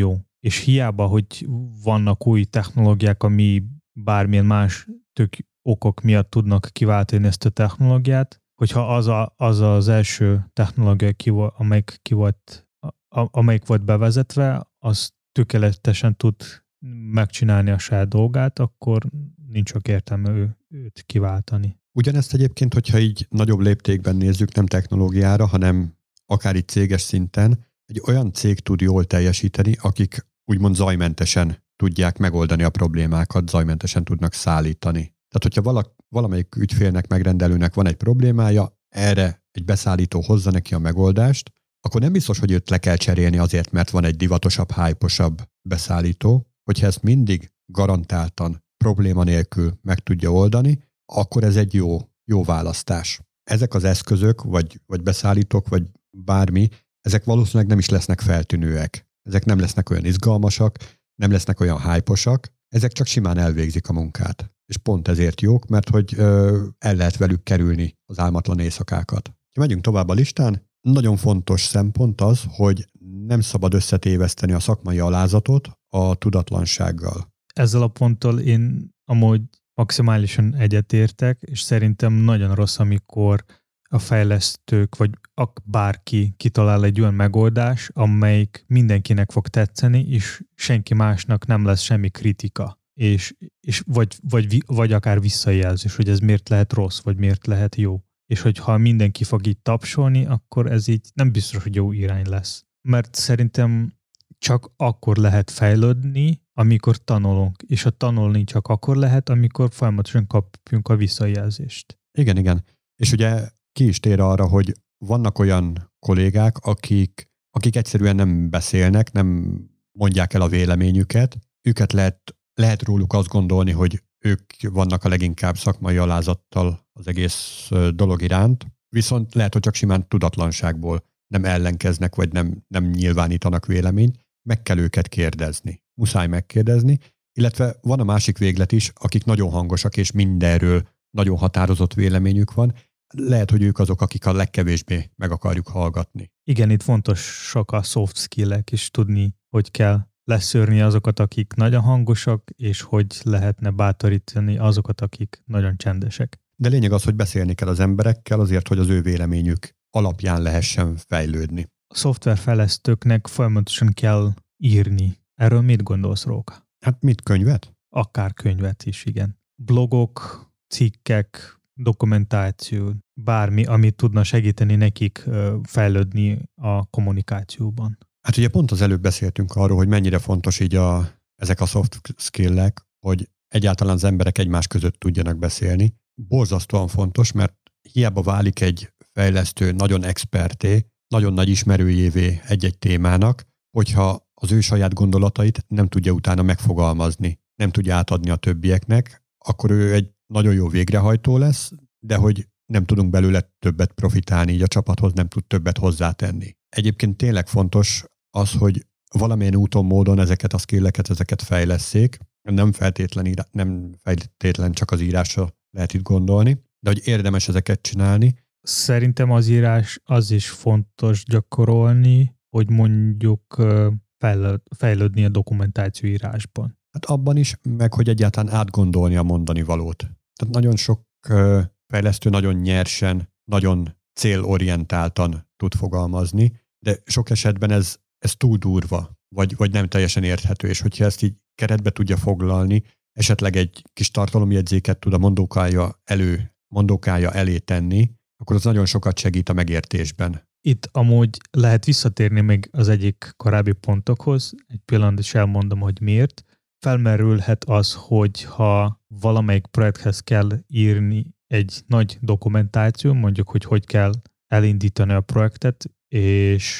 S1: és hiába, hogy vannak új technológiák, ami bármilyen más tök okok miatt tudnak kiváltani ezt a technológiát, hogyha az a, az, az első technológia, ki volt, amelyik, ki volt, a, amelyik volt bevezetve, az tökéletesen tud megcsinálni a saját dolgát, akkor nincs sok értelme ő, őt kiváltani.
S2: Ugyanezt egyébként, hogyha így nagyobb léptékben nézzük, nem technológiára, hanem akár itt céges szinten, egy olyan cég tud jól teljesíteni, akik úgymond zajmentesen tudják megoldani a problémákat, zajmentesen tudnak szállítani. Tehát, hogyha valak, valamelyik ügyfélnek, megrendelőnek van egy problémája, erre egy beszállító hozza neki a megoldást, akkor nem biztos, hogy őt le kell cserélni azért, mert van egy divatosabb, hype-osabb beszállító. Hogyha ezt mindig garantáltan, probléma nélkül meg tudja oldani, akkor ez egy jó, jó választás. Ezek az eszközök, vagy, vagy beszállítók, vagy bármi, ezek valószínűleg nem is lesznek feltűnőek. Ezek nem lesznek olyan izgalmasak, nem lesznek olyan hype-osak, ezek csak simán elvégzik a munkát. És pont ezért jók, mert hogy ö, el lehet velük kerülni az álmatlan éjszakákat. Ha megyünk tovább a listán, nagyon fontos szempont az, hogy nem szabad összetéveszteni a szakmai alázatot a tudatlansággal.
S1: Ezzel a ponttal én amúgy maximálisan egyetértek, és szerintem nagyon rossz, amikor a fejlesztők, vagy bárki kitalál egy olyan megoldás, amelyik mindenkinek fog tetszeni, és senki másnak nem lesz semmi kritika. És, és vagy, vagy, vagy akár visszajelzés, hogy ez miért lehet rossz, vagy miért lehet jó. És hogyha mindenki fog így tapsolni, akkor ez így nem biztos, hogy jó irány lesz. Mert szerintem csak akkor lehet fejlődni, amikor tanulunk. És a tanulni csak akkor lehet, amikor folyamatosan kapjunk a visszajelzést.
S2: Igen, igen. És ugye ki is tér arra, hogy vannak olyan kollégák, akik, akik egyszerűen nem beszélnek, nem mondják el a véleményüket. Őket lehet, lehet róluk azt gondolni, hogy ők vannak a leginkább szakmai alázattal az egész dolog iránt, viszont lehet, hogy csak simán tudatlanságból nem ellenkeznek, vagy nem, nem nyilvánítanak véleményt. Meg kell őket kérdezni. Muszáj megkérdezni, illetve van a másik véglet is, akik nagyon hangosak, és mindenről nagyon határozott véleményük van. Lehet, hogy ők azok, akik a legkevésbé meg akarjuk hallgatni.
S1: Igen, itt fontosak a soft skill-ek is, tudni, hogy kell leszűrni azokat, akik nagyon hangosak, és hogy lehetne bátorítani azokat, akik nagyon csendesek.
S2: De lényeg az, hogy beszélni kell az emberekkel azért, hogy az ő véleményük alapján lehessen fejlődni.
S1: A szoftverfejlesztőknek folyamatosan kell írni. Erről mit gondolsz, Róka?
S2: Hát mit, könyvet?
S1: Akár könyvet is, igen. Blogok, cikkek, dokumentáció, bármi, amit tudna segíteni nekik fejlődni a kommunikációban.
S2: Hát ugye pont az előbb beszéltünk arról, hogy mennyire fontos így a, ezek a soft skill-ek, hogy egyáltalán az emberek egymás között tudjanak beszélni. Borzasztóan fontos, mert hiába válik egy fejlesztő nagyon experté, nagyon nagy ismerőjévé egy-egy témának, hogyha az ő saját gondolatait nem tudja utána megfogalmazni, nem tudja átadni a többieknek, akkor ő egy nagyon jó végrehajtó lesz, de hogy nem tudunk belőle többet profitálni, így a csapathoz nem tud többet hozzátenni. Egyébként tényleg fontos az, hogy valamilyen úton, módon ezeket a skilleket, ezeket fejlesszék, nem feltétlen, írá, nem feltétlen csak az írásra lehet itt gondolni, de hogy érdemes ezeket csinálni.
S1: Szerintem az írás az is fontos gyakorolni, hogy mondjuk fejlődni a dokumentációírásban.
S2: Hát abban is, meg hogy egyáltalán átgondolni a mondani valót. Tehát nagyon sok fejlesztő nagyon nyersen, nagyon célorientáltan tud fogalmazni, de sok esetben ez, ez túl durva, vagy, vagy nem teljesen érthető, és hogyha ezt így keretbe tudja foglalni, esetleg egy kis tartalomjegyzéket tud a mondókája elő, mondókája elé tenni, akkor az nagyon sokat segít a megértésben.
S1: Itt amúgy lehet visszatérni még az egyik korábbi pontokhoz, egy pillanat is elmondom, hogy miért. Felmerülhet az, hogy ha valamelyik projekthez kell írni egy nagy dokumentáció, mondjuk, hogy hogy kell elindítani a projektet, és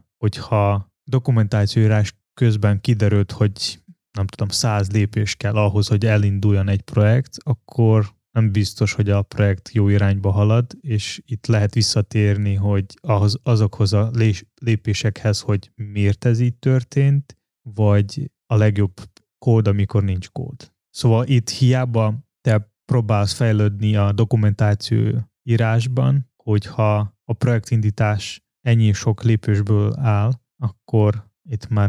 S1: hogyha dokumentációírás közben kiderült, hogy nem tudom, száz lépés kell ahhoz, hogy elinduljon egy projekt, akkor nem biztos, hogy a projekt jó irányba halad, és itt lehet visszatérni, hogy ahhoz, azokhoz a lépésekhez, hogy miért ez így történt, vagy a legjobb kód, amikor nincs kód. Szóval itt hiába te próbálsz fejlődni a dokumentáció írásban, hogyha a projektindítás ennyi sok lépésből áll, akkor itt már nem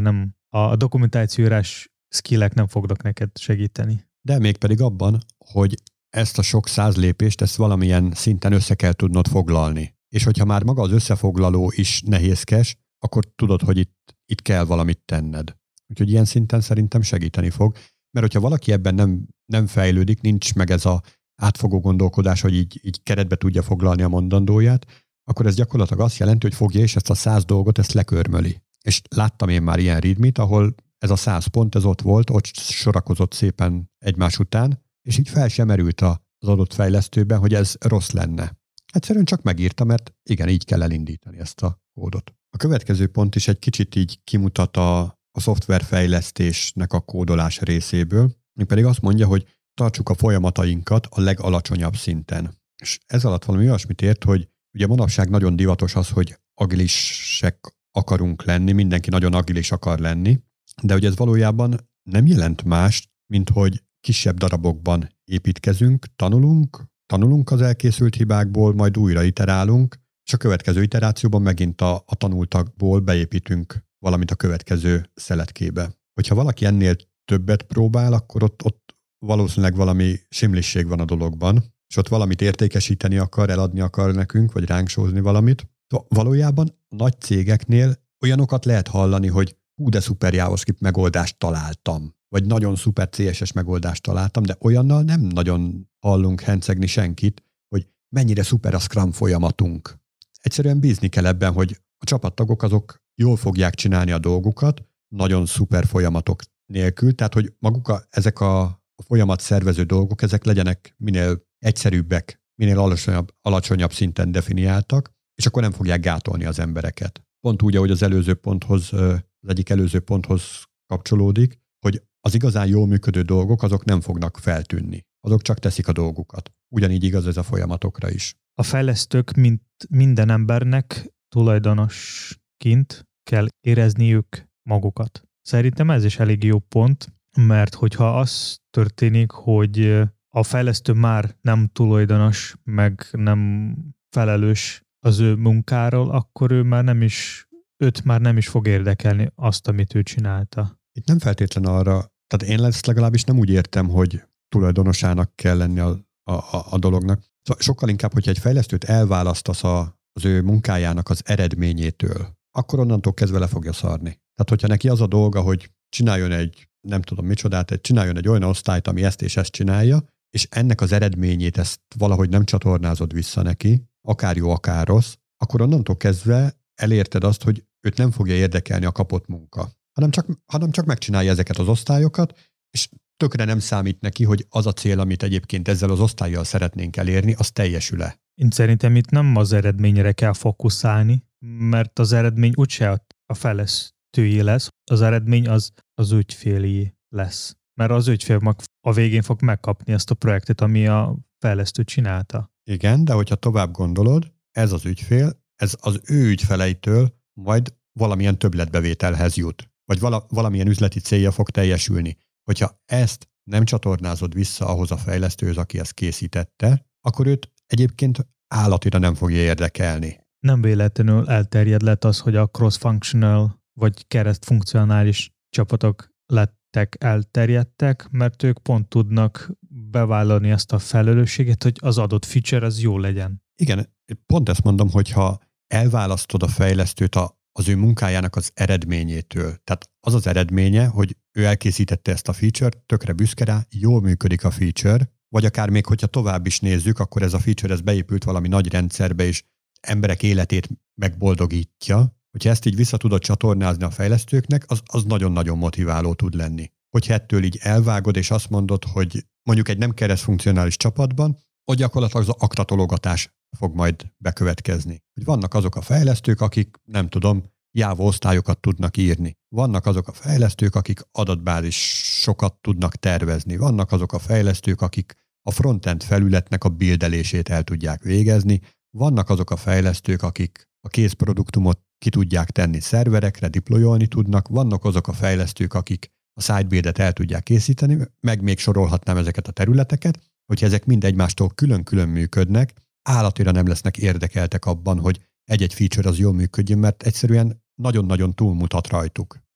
S1: a dokumentációírás skillek nem fognak neked segíteni.
S2: De még pedig abban, hogy ezt a sok száz lépést, ezt valamilyen szinten össze kell tudnod foglalni. És hogyha már maga az összefoglaló is nehézkes, akkor tudod, hogy itt, itt kell valamit tenned. Úgyhogy ilyen szinten szerintem segíteni fog. Mert hogyha valaki ebben nem, nem fejlődik, nincs meg ez a átfogó gondolkodás, hogy így, így keretbe tudja foglalni a mondandóját, akkor ez gyakorlatilag azt jelenti, hogy fogja és ezt a száz dolgot, ezt lekörmöli. És láttam én már ilyen readmit, ahol ez a száz pont, ez ott volt, ott sorakozott szépen egymás után, és így fel sem merült az adott fejlesztőben, hogy ez rossz lenne. Egyszerűen csak megírta, mert igen, így kell elindítani ezt a kódot. A következő pont is egy kicsit így kimutat a, a szoftverfejlesztésnek a kódolás részéből, még pedig azt mondja, hogy tartsuk a folyamatainkat a legalacsonyabb szinten. És ez alatt valami olyasmit ért, hogy ugye manapság nagyon divatos az, hogy agilisek akarunk lenni, mindenki nagyon agilis akar lenni, de hogy ez valójában nem jelent más, mint hogy kisebb darabokban építkezünk, tanulunk, tanulunk az elkészült hibákból, majd újra iterálunk, és a következő iterációban megint a, a tanultakból beépítünk valamit a következő szeletkébe. Hogyha valaki ennél többet próbál, akkor ott, ott valószínűleg valami simlisség van a dologban, és ott valamit értékesíteni akar, eladni akar nekünk, vagy ránk sózni valamit. Valójában a nagy cégeknél olyanokat lehet hallani, hogy hú, de szuper JavaScript megoldást találtam, vagy nagyon szuper cé es es megoldást találtam, de olyannal nem nagyon hallunk hencegni senkit, hogy mennyire szuper a Scrum folyamatunk. Egyszerűen bízni kell ebben, hogy a csapattagok azok jól fogják csinálni a dolgukat, nagyon szuper folyamatok nélkül, tehát hogy maguk a, ezek a, a folyamat szervező dolgok, ezek legyenek minél egyszerűbbek, minél alacsonyabb, alacsonyabb szinten definiáltak, és akkor nem fogják gátolni az embereket. Pont úgy, ahogy az előző ponthoz, az egyik előző ponthoz kapcsolódik, hogy az igazán jól működő dolgok, azok nem fognak feltűnni. Azok csak teszik a dolgukat. Ugyanígy igaz ez a folyamatokra is.
S1: A fejlesztők, mint minden embernek tulajdonosként kell érezniük magukat. Szerintem ez is elég jó pont, mert hogyha az történik, hogy a fejlesztő már nem tulajdonos, meg nem felelős az ő munkáról, akkor ő már nem is, őt már nem is fog érdekelni azt, amit ő csinálta.
S2: Itt nem feltétlen arra, tehát én ezt legalábbis nem úgy értem, hogy tulajdonosának kell lenni a, a, a dolognak. Szóval sokkal inkább, hogyha egy fejlesztőt elválasztasz a, az ő munkájának az eredményétől, akkor onnantól kezdve le fogja szarni. Tehát, hogyha neki az a dolga, hogy csináljon egy, nem tudom micsodát, egy, csináljon egy olyan osztályt, ami ezt és ezt csinálja, és ennek az eredményét ezt valahogy nem csatornázod vissza neki, akár jó, akár rossz, akkor onnantól kezdve elérted azt, hogy őt nem fogja érdekelni a kapott munka, hanem csak, hanem csak megcsinálja ezeket az osztályokat, és tökre nem számít neki, hogy az a cél, amit egyébként ezzel az osztállyal szeretnénk elérni, az teljesül-e.
S1: Én szerintem itt nem az eredményre kell fókuszálni, mert az eredmény úgyse a fejlesztői lesz, az eredmény az az ügyféli lesz. Mert az ügyfél a végén fog megkapni ezt a projektet, ami a fejlesztő csinálta.
S2: Igen, de hogyha tovább gondolod, ez az ügyfél, ez az ő ügyfeleitől majd valamilyen többletbevételhez jut, vagy vala, valamilyen üzleti célja fog teljesülni. Hogyha ezt nem csatornázod vissza ahhoz a fejlesztőhöz, aki ezt készítette, akkor őt egyébként állatira nem fogja érdekelni.
S1: Nem véletlenül elterjed lett az, hogy a cross-functional vagy keresztfunkcionális csapatok lettek elterjedtek, mert ők pont tudnak bevállalni azt a felelősséget, hogy az adott feature az jó legyen.
S2: Igen, pont ezt mondom, hogyha elválasztod a fejlesztőt a, az ő munkájának az eredményétől, tehát az az eredménye, hogy ő elkészítette ezt a feature-t, tökre büszke rá, jól működik a feature, vagy akár még, hogyha tovább is nézzük, akkor ez a feature ez beépült valami nagy rendszerbe, és emberek életét megboldogítja. Hogyha ezt így vissza tudod csatornázni a fejlesztőknek, az, az nagyon-nagyon motiváló tud lenni. Hogyha ettől így elvágod, és azt mondod, hogy mondjuk egy nem keresztfunkcionális csapatban, hogy gyakorlatilag az akratologatás fog majd bekövetkezni. Hogy vannak azok a fejlesztők, akik, nem tudom, Java osztályokat tudnak írni. Vannak azok a fejlesztők, akik adatbázisokat tudnak tervezni. Vannak azok a fejlesztők, akik a frontend felületnek a buildelését el tudják végezni. Vannak azok a fejlesztők, akik a készproduktumot ki tudják tenni szerverekre, deployolni tudnak. Vannak azok a fejlesztők, akik a sidebuildet el tudják készíteni, meg még sorolhatnám ezeket a területeket, hogyha ezek mind egymástól külön-külön működnek, állatira nem lesznek érdekeltek abban, hogy egy-egy feature az jól működjön, mert egyszerűen nagyon-nagyon túlmutat rajtuk.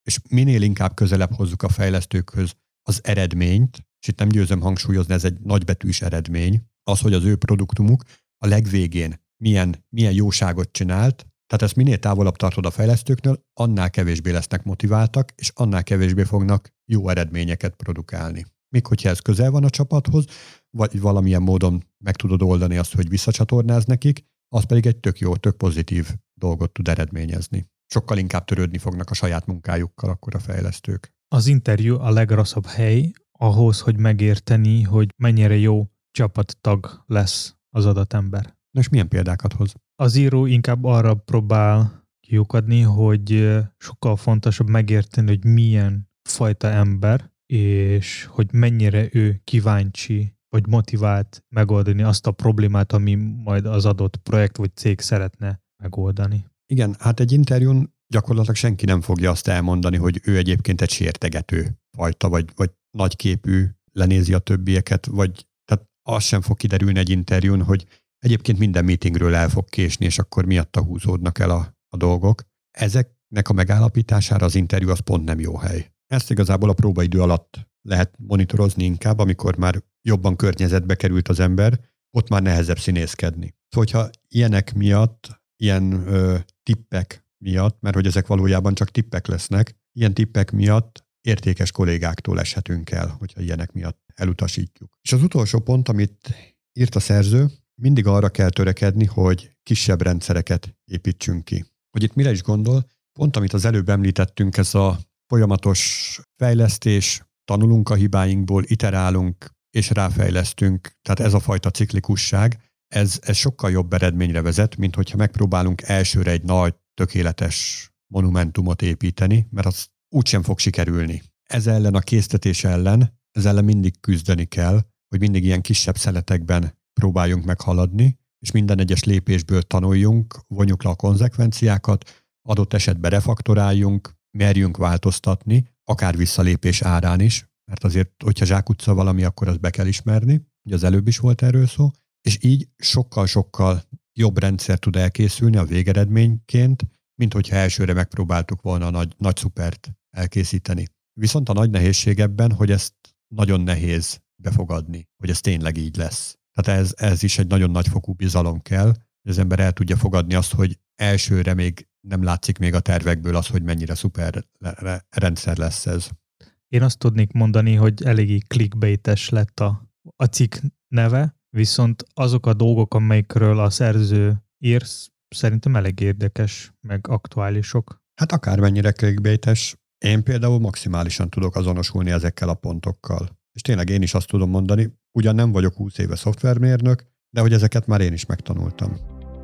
S2: és minél inkább közelebb hozzuk a fejlesztőkhöz az eredményt, és itt nem győzöm hangsúlyozni, ez egy nagybetűs eredmény, az, hogy az ő produktumuk a legvégén milyen, milyen jóságot csinált, tehát ezt minél távolabb tartod a fejlesztőknél, annál kevésbé lesznek motiváltak, és annál kevésbé fognak jó eredményeket produkálni. Még hogyha ez közel van a csapathoz, vagy valamilyen módon meg tudod oldani azt, hogy visszacsatornáz nekik, az pedig egy tök jó, tök pozitív dolgot tud eredményezni. Sokkal inkább törődni fognak a saját munkájukkal akkor a fejlesztők.
S1: Az interjú a legrosszabb hely ahhoz, hogy megérteni, hogy mennyire jó csapattag lesz az adatember.
S2: Na és milyen példákat hoz?
S1: Az író inkább arra próbál kiukadni, hogy sokkal fontosabb megérteni, hogy milyen fajta ember, és hogy mennyire ő kíváncsi, vagy motivált megoldani azt a problémát, ami majd az adott projekt vagy cég szeretne megoldani.
S2: Igen, hát egy interjún gyakorlatilag senki nem fogja azt elmondani, hogy ő egyébként egy sértegető fajta, vagy, vagy nagyképű, lenézi a többieket, vagy tehát az sem fog kiderülni egy interjún, hogy egyébként minden meetingről el fog késni, és akkor miatta húzódnak el a, a dolgok. Ezeknek a megállapítására az interjú az pont nem jó hely. Ezt igazából a próbaidő alatt lehet monitorozni inkább, amikor már jobban környezetbe került az ember, ott már nehezebb színészkedni. Szóval, hogyha ilyenek miatt, ilyen ö, tippek miatt, mert hogy ezek valójában csak tippek lesznek, ilyen tippek miatt értékes kollégáktól eshetünk el, hogyha ilyenek miatt elutasítjuk. És az utolsó pont, amit írt a szerző, mindig arra kell törekedni, hogy kisebb rendszereket építsünk ki. Hogy itt mire is gondol? Pont, amit az előbb említettünk, ez a folyamatos fejlesztés, tanulunk a hibáinkból, iterálunk és ráfejlesztünk, tehát ez a fajta ciklikusság, ez, ez sokkal jobb eredményre vezet, mint hogyha megpróbálunk elsőre egy nagy, tökéletes monumentumot építeni, mert az úgysem fog sikerülni. Ez ellen, a késztetés ellen, ez ellen mindig küzdeni kell, hogy mindig ilyen kisebb szeletekben próbáljunk meghaladni, és minden egyes lépésből tanuljunk, vonjuk le a konzekvenciákat, adott esetben refaktoráljunk, merjünk változtatni, akár visszalépés árán is, mert azért, hogyha zsákutca valami, akkor azt be kell ismerni, ugye az előbb is volt erről szó, és így sokkal-sokkal jobb rendszer tud elkészülni a végeredményként, mint hogyha elsőre megpróbáltuk volna a nagy, nagy szupert elkészíteni. Viszont a nagy nehézség ebben, hogy ezt nagyon nehéz befogadni, hogy ez tényleg így lesz. Tehát ez, ez is egy nagyon nagy fokú bizalom kell, hogy az ember el tudja fogadni azt, hogy elsőre még nem látszik még a tervekből az, hogy mennyire szuper rendszer lesz ez.
S1: Én azt tudnék mondani, hogy eléggé clickbaites lett a, a cikk neve, viszont azok a dolgok, amelyekről a szerző ír, szerintem elég érdekes, meg aktuálisok.
S2: Hát akármennyire clickbaites, én például maximálisan tudok azonosulni ezekkel a pontokkal. És tényleg én is azt tudom mondani, ugyan nem vagyok húsz éve szoftvermérnök, de hogy ezeket már én is megtanultam.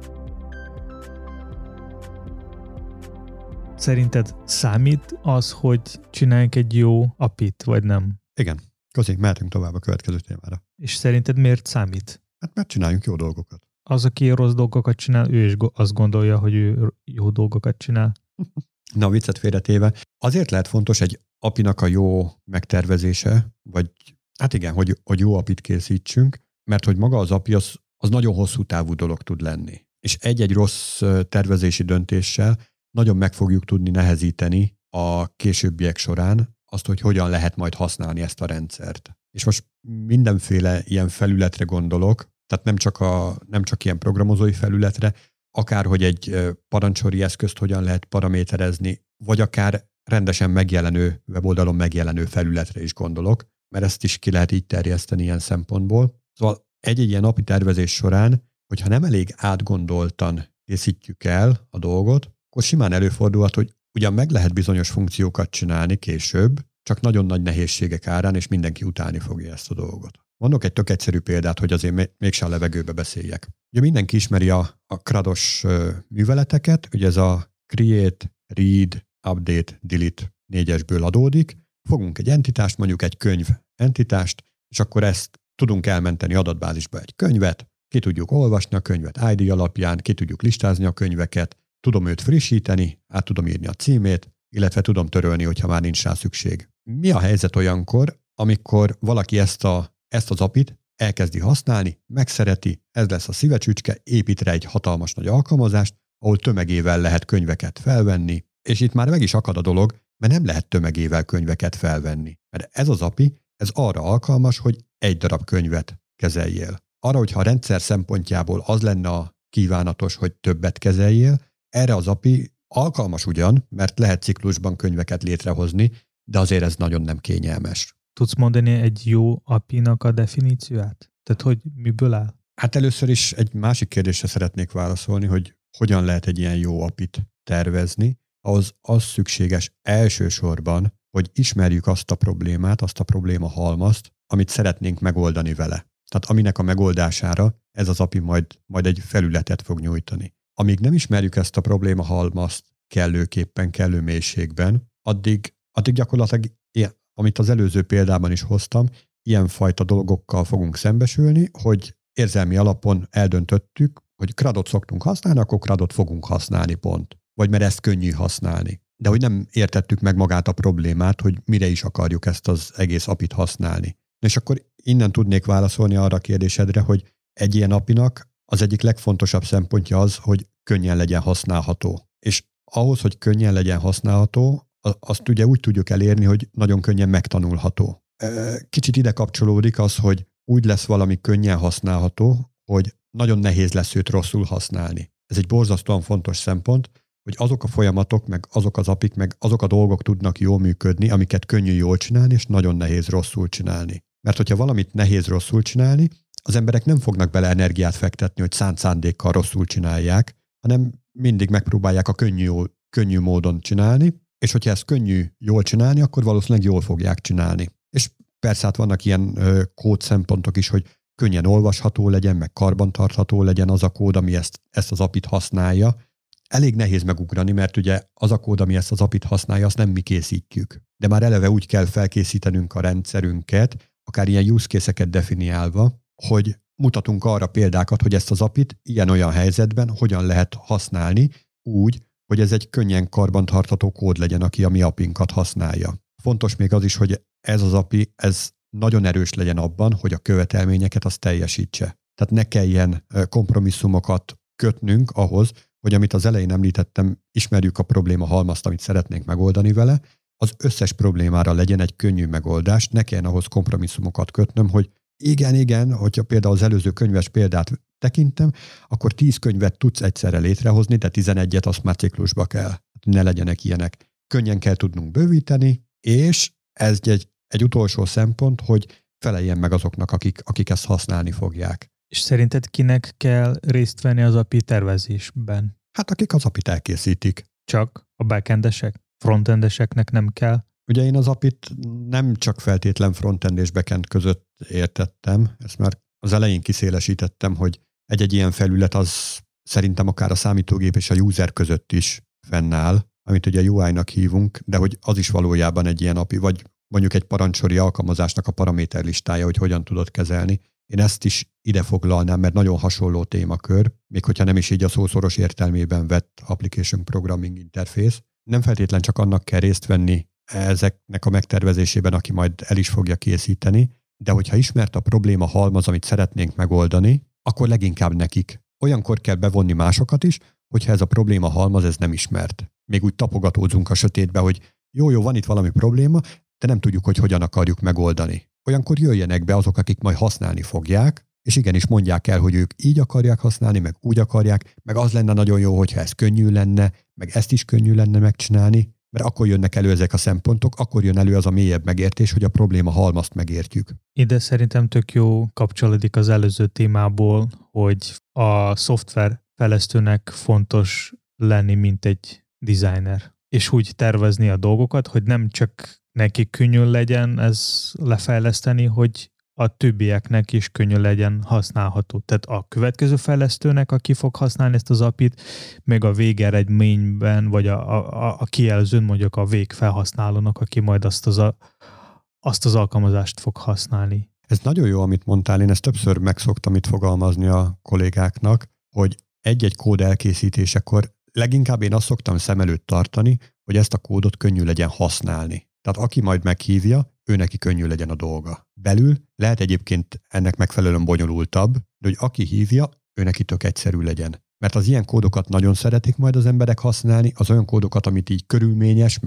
S1: Szerinted számít az, hogy csináljunk egy jó apit, vagy nem?
S2: Igen. Köszi, mehetünk tovább a következő témára.
S1: És szerinted miért számít?
S2: Hát mert csináljunk jó dolgokat.
S1: Az, aki rossz dolgokat csinál, ő is azt gondolja, hogy ő jó dolgokat csinál.
S2: Na, viccet félretéve. Azért lehet fontos egy apinak a jó megtervezése, vagy hát igen, hogy, hogy jó apit készítsünk, mert hogy maga az api az, az nagyon hosszú távú dolog tud lenni. És egy-egy rossz tervezési döntéssel nagyon meg fogjuk tudni nehezíteni a későbbiek során azt, hogy hogyan lehet majd használni ezt a rendszert. És most mindenféle ilyen felületre gondolok, tehát nem csak, a, nem csak ilyen programozói felületre, akár hogy egy parancsori eszközt hogyan lehet paraméterezni, vagy akár rendesen megjelenő, weboldalon megjelenő felületre is gondolok, mert ezt is ki lehet így terjeszteni ilyen szempontból. Szóval egy-egy ilyen napi tervezés során, hogyha nem elég átgondoltan készítjük el a dolgot, akkor simán előfordulhat, hogy ugyan meg lehet bizonyos funkciókat csinálni később, csak nagyon nagy nehézségek árán, és mindenki utálni fogja ezt a dolgot. Mondok egy tök egyszerű példát, hogy azért mégse a levegőbe beszéljek. Ugye mindenki ismeri a, a krados műveleteket, ugye ez a create, read, update, delete négyesből adódik. Fogunk egy entitást, mondjuk egy könyv entitást, és akkor ezt tudunk elmenteni adatbázisba egy könyvet, ki tudjuk olvasni a könyvet i dé alapján, ki tudjuk listázni a könyveket, tudom őt frissíteni, át tudom írni a címét, illetve tudom törölni, hogyha már nincs rá szükség. Mi a helyzet olyankor, amikor valaki ezt, a, ezt az apit elkezdi használni, megszereti, ez lesz a szívecsücske, épít rá egy hatalmas nagy alkalmazást, ahol tömegével lehet könyveket felvenni, és itt már meg is akad a dolog, mert nem lehet tömegével könyveket felvenni. Mert ez az á pé i, ez arra alkalmas, hogy egy darab könyvet kezeljél. Arra, hogyha a rendszer szempontjából az lenne a kívánatos, hogy többet kezeljél, erre az á pé i alkalmas ugyan, mert lehet ciklusban könyveket létrehozni, de azért ez nagyon nem kényelmes.
S1: Tudsz mondani egy jó á pé i-nak a definícióját? Tehát, hogy miből áll?
S2: Hát először is egy másik kérdésre szeretnék válaszolni, hogy hogyan lehet egy ilyen jó á pé i-t tervezni. Ahhoz az szükséges elsősorban, hogy ismerjük azt a problémát, azt a probléma halmazt, amit szeretnénk megoldani vele. Tehát aminek a megoldására ez az á pé i majd, majd egy felületet fog nyújtani. Amíg nem ismerjük ezt a probléma halmazt kellőképpen, kellő mélységben, addig, addig gyakorlatilag, ilyen, amit az előző példában is hoztam, ilyenfajta dolgokkal fogunk szembesülni, hogy érzelmi alapon eldöntöttük, hogy kradot szoktunk használni, akkor kradot fogunk használni pont. Vagy mert ezt könnyű használni. De hogy nem értettük meg magát a problémát, hogy mire is akarjuk ezt az egész á pé i-t használni. És akkor innen tudnék válaszolni arra a kérdésedre, hogy egy ilyen á pé i-nak az egyik legfontosabb szempontja az, hogy könnyen legyen használható. És ahhoz, hogy könnyen legyen használható, azt ugye úgy tudjuk elérni, hogy nagyon könnyen megtanulható. Kicsit ide kapcsolódik az, hogy úgy lesz valami könnyen használható, hogy nagyon nehéz lesz őt rosszul használni. Ez egy borzasztóan fontos szempont, hogy azok a folyamatok, meg azok az á pé i-k, meg azok a dolgok tudnak jól működni, amiket könnyű jól csinálni, és nagyon nehéz rosszul csinálni. Mert hogyha valamit nehéz rosszul csinálni, az emberek nem fognak bele energiát fektetni, hogy szánt szándékkal rosszul csinálják, hanem mindig megpróbálják a könnyű, könnyű módon csinálni, és hogyha ezt könnyű jól csinálni, akkor valószínűleg jól fogják csinálni. És persze hát vannak ilyen ö, kód szempontok is, hogy könnyen olvasható legyen, meg karbantartható legyen az a kód, ami ezt, ezt az á pé i-t használja. Elég nehéz megugrani, mert ugye az a kód, ami ezt az á pé i-t használja, azt nem mi készítjük. De már eleve úgy kell felkészítenünk a rendszerünket, akár ilyen use case-eket definiálva, hogy mutatunk arra példákat, hogy ezt az á pé i-t ilyen-olyan helyzetben hogyan lehet használni úgy, hogy ez egy könnyen karbantartható kód legyen, aki a mi á pé i-nkat használja. Fontos még az is, hogy ez az á pé i, ez nagyon erős legyen abban, hogy a követelményeket az teljesítse. Tehát ne kelljen kompromisszumokat kötnünk ahhoz, hogy amit az elején említettem, ismerjük a probléma halmazt, amit szeretnénk megoldani vele, az összes problémára legyen egy könnyű megoldás, ne kelljen ahhoz kompromisszumokat kötnöm, hogy igen, igen, hogyha például az előző könyves példát tekintem, akkor tíz könyvet tudsz egyszerre létrehozni, de tizenegyet azt már ciklusba kell. Ne legyenek ilyenek. Könnyen kell tudnunk bővíteni, és ez egy, egy utolsó szempont, hogy feleljen meg azoknak, akik, akik ezt használni fogják.
S1: És szerinted kinek kell részt venni az á pé i tervezésben?
S2: Hát akik az á pé i-t elkészítik.
S1: Csak a backendesek? Frontendeseknek nem kell?
S2: Ugye én az á pé i-t nem csak feltétlen frontend és backend között értettem, ezt már az elején kiszélesítettem, hogy egy-egy ilyen felület az szerintem akár a számítógép és a user között is fennáll, amit ugye u i-nak hívunk, de hogy az is valójában egy ilyen á pé i, vagy mondjuk egy parancsori alkalmazásnak a paraméterlistája, hogy hogyan tudod kezelni. Én ezt is ide foglalnám, mert nagyon hasonló témakör, még hogyha nem is így a szószoros értelmében vett Application Programming Interface. Nem feltétlen csak annak kell részt venni ezeknek a megtervezésében, aki majd el is fogja készíteni, de hogyha ismert a probléma halmaz, amit szeretnénk megoldani, akkor leginkább nekik. Olyankor kell bevonni másokat is, hogyha ez a probléma halmaz, ez nem ismert. Még úgy tapogatózunk a sötétbe, hogy jó, jó, van itt valami probléma, de nem tudjuk, hogy hogyan akarjuk megoldani. Olyankor jöjjenek be azok, akik majd használni fogják, és igenis mondják el, hogy ők így akarják használni, meg úgy akarják, meg az lenne nagyon jó, hogyha ez könnyű lenne, meg ezt is könnyű lenne megcsinálni, mert akkor jönnek elő ezek a szempontok, akkor jön elő az a mélyebb megértés, hogy a probléma halmazt megértjük.
S1: Ide szerintem tök jó kapcsolódik az előző témából, hogy a szoftver fejlesztőnek fontos lenni, mint egy designer. És úgy tervezni a dolgokat, hogy nem csak neki könnyű legyen ez lefejleszteni, hogy a többieknek is könnyű legyen használható. Tehát a következő fejlesztőnek, aki fog használni ezt az á pé i-t, meg a végeredményben, vagy a, a, a kijelzőn mondjuk a végfelhasználónak, aki majd azt az, a, azt az alkalmazást fog használni.
S2: Ez nagyon jó, amit mondtál, én ezt többször megszoktam itt fogalmazni a kollégáknak, hogy egy-egy kód elkészítésekor leginkább én azt szoktam szem előtt tartani, hogy ezt a kódot könnyű legyen használni. Tehát aki majd meghívja, ő neki könnyű legyen a dolga. Belül lehet egyébként ennek megfelelően bonyolultabb, de hogy aki hívja, ő neki tök egyszerű legyen. Mert az ilyen kódokat nagyon szeretik majd az emberek használni, az olyan kódokat, amit így körülményes, meg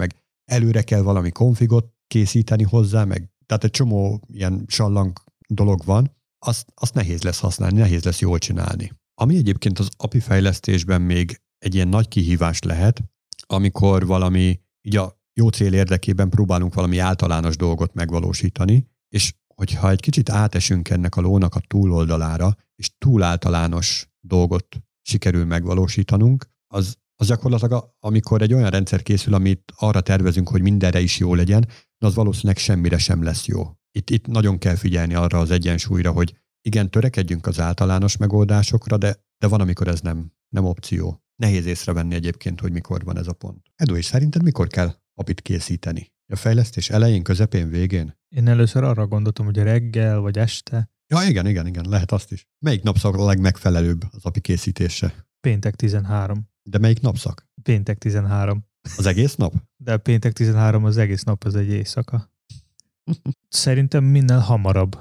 S2: előre kell valami konfigot készíteni hozzá, meg tehát egy csomó ilyen sallang dolog van, azt, azt nehéz lesz használni, nehéz lesz jól csinálni. Ami egyébként az á pé i fejlesztésben még egy ilyen nagy kihívás lehet, amikor valami, így a jó cél érdekében próbálunk valami általános dolgot megvalósítani, és hogyha egy kicsit átesünk ennek a lónak a túloldalára, és túl általános dolgot sikerül megvalósítanunk, az, az gyakorlatilag, amikor egy olyan rendszer készül, amit arra tervezünk, hogy mindenre is jó legyen, az valószínűleg semmire sem lesz jó. Itt, itt nagyon kell figyelni arra az egyensúlyra, hogy igen, törekedjünk az általános megoldásokra, de, de van, amikor ez nem, nem opció. Nehéz észrevenni egyébként, hogy mikor van ez a pont. Edu, és szerinted mikor kell á pé i-t készíteni? A fejlesztés elején, közepén, végén?
S1: Én először arra gondoltam, hogy reggel vagy este.
S2: Ja, igen, igen, igen, lehet azt is. Melyik napszak a legmegfelelőbb az á pé i készítése?
S1: Péntek tizenhárom.
S2: De melyik napszak?
S1: Péntek tizenhárom.
S2: Az egész nap?
S1: De péntek tizenhárom az egész nap, az egy éjszaka. Szerintem minél hamarabb,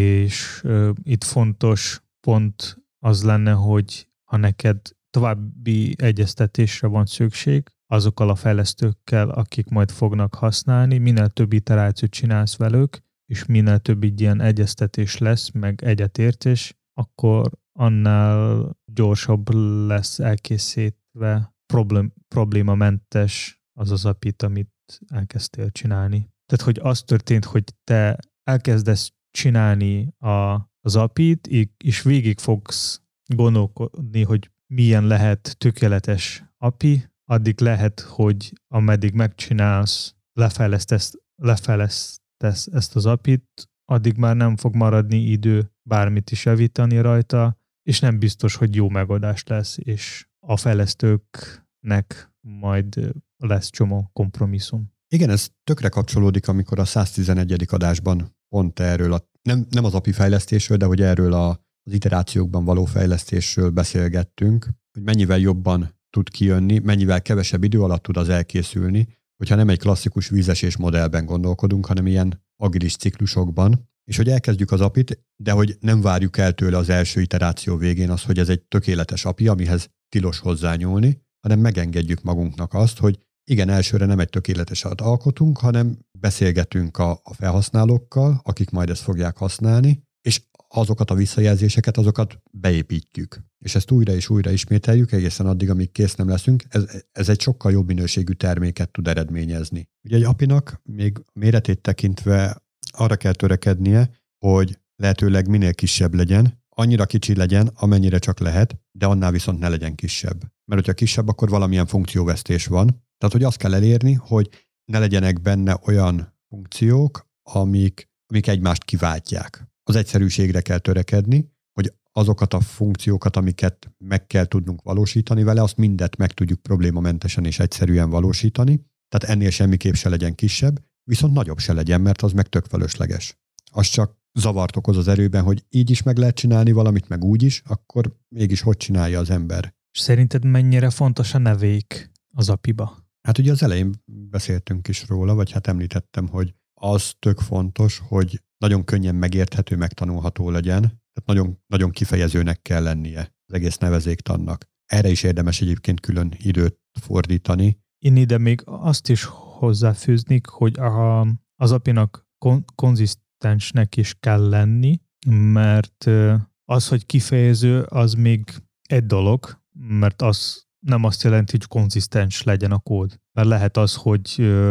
S1: és uh, itt fontos pont az lenne, hogy ha neked további egyeztetésre van szükség azokkal a fejlesztőkkel, akik majd fognak használni, minél több iterációt csinálsz velük, és minél több így ilyen egyeztetés lesz, meg egyetértés, akkor annál gyorsabb lesz elkészítve problém, problémamentes az az á pé i-t, amit elkezdtél csinálni. Tehát, hogy az történt, hogy te elkezdesz csinálni a, az á pé i-t, és végig fogsz gondolkodni, hogy milyen lehet tökéletes á pé i, addig lehet, hogy ameddig megcsinálsz, lefejlesztesz, lefejlesztesz ezt az á pé i-t, addig már nem fog maradni idő bármit is javítani rajta, és nem biztos, hogy jó megoldás lesz, és a fejlesztőknek majd lesz csomó kompromisszum.
S2: Igen, ez tökre kapcsolódik, amikor a száztizenegyedik adásban pont erről, a, nem, nem az á pé i fejlesztésről, de hogy erről a, az iterációkban való fejlesztésről beszélgettünk, hogy mennyivel jobban tud kijönni, mennyivel kevesebb idő alatt tud az elkészülni, hogyha nem egy klasszikus vízesés modellben gondolkodunk, hanem ilyen agilis ciklusokban, és hogy elkezdjük az á pé i-t, de hogy nem várjuk el tőle az első iteráció végén az, hogy ez egy tökéletes á pé i, amihez tilos hozzányúlni, hanem megengedjük magunknak azt, hogy igen, elsőre nem egy tökéleteset alkotunk, hanem beszélgetünk a, a felhasználókkal, akik majd ezt fogják használni, és azokat a visszajelzéseket, azokat beépítjük. És ezt újra és újra ismételjük egészen addig, amíg kész nem leszünk. Ez, ez egy sokkal jobb minőségű terméket tud eredményezni. Ugye egy á pé i-nak még méretét tekintve arra kell törekednie, hogy lehetőleg minél kisebb legyen, annyira kicsi legyen, amennyire csak lehet, de annál viszont ne legyen kisebb. Mert hogyha kisebb, akkor valamilyen funkcióvesztés van. Tehát, hogy azt kell elérni, hogy ne legyenek benne olyan funkciók, amik, amik egymást kiváltják. Az egyszerűségre kell törekedni, hogy azokat a funkciókat, amiket meg kell tudnunk valósítani vele, azt mindet meg tudjuk problémamentesen és egyszerűen valósítani. Tehát ennél semmiképp se legyen kisebb, viszont nagyobb se legyen, mert az meg tök fölösleges. Az csak zavart okoz az erőben, hogy így is meg lehet csinálni valamit, meg úgy is, akkor mégis hogy csinálja az ember.
S1: És szerinted mennyire fontos a nevék az á pé i-ba?
S2: Hát ugye az elején beszéltünk is róla, vagy hát említettem, hogy az tök fontos, hogy nagyon könnyen megérthető, megtanulható legyen, tehát nagyon, nagyon kifejezőnek kell lennie az egész nevezéktannak. Erre is érdemes egyébként külön időt fordítani.
S1: Én ide még azt is hozzáfűznék, hogy a, az á pé i-nak kon- konzisztensnek is kell lenni, mert az, hogy kifejező, az még egy dolog, mert az nem azt jelenti, hogy konzisztens legyen a kód. Mert lehet az, hogy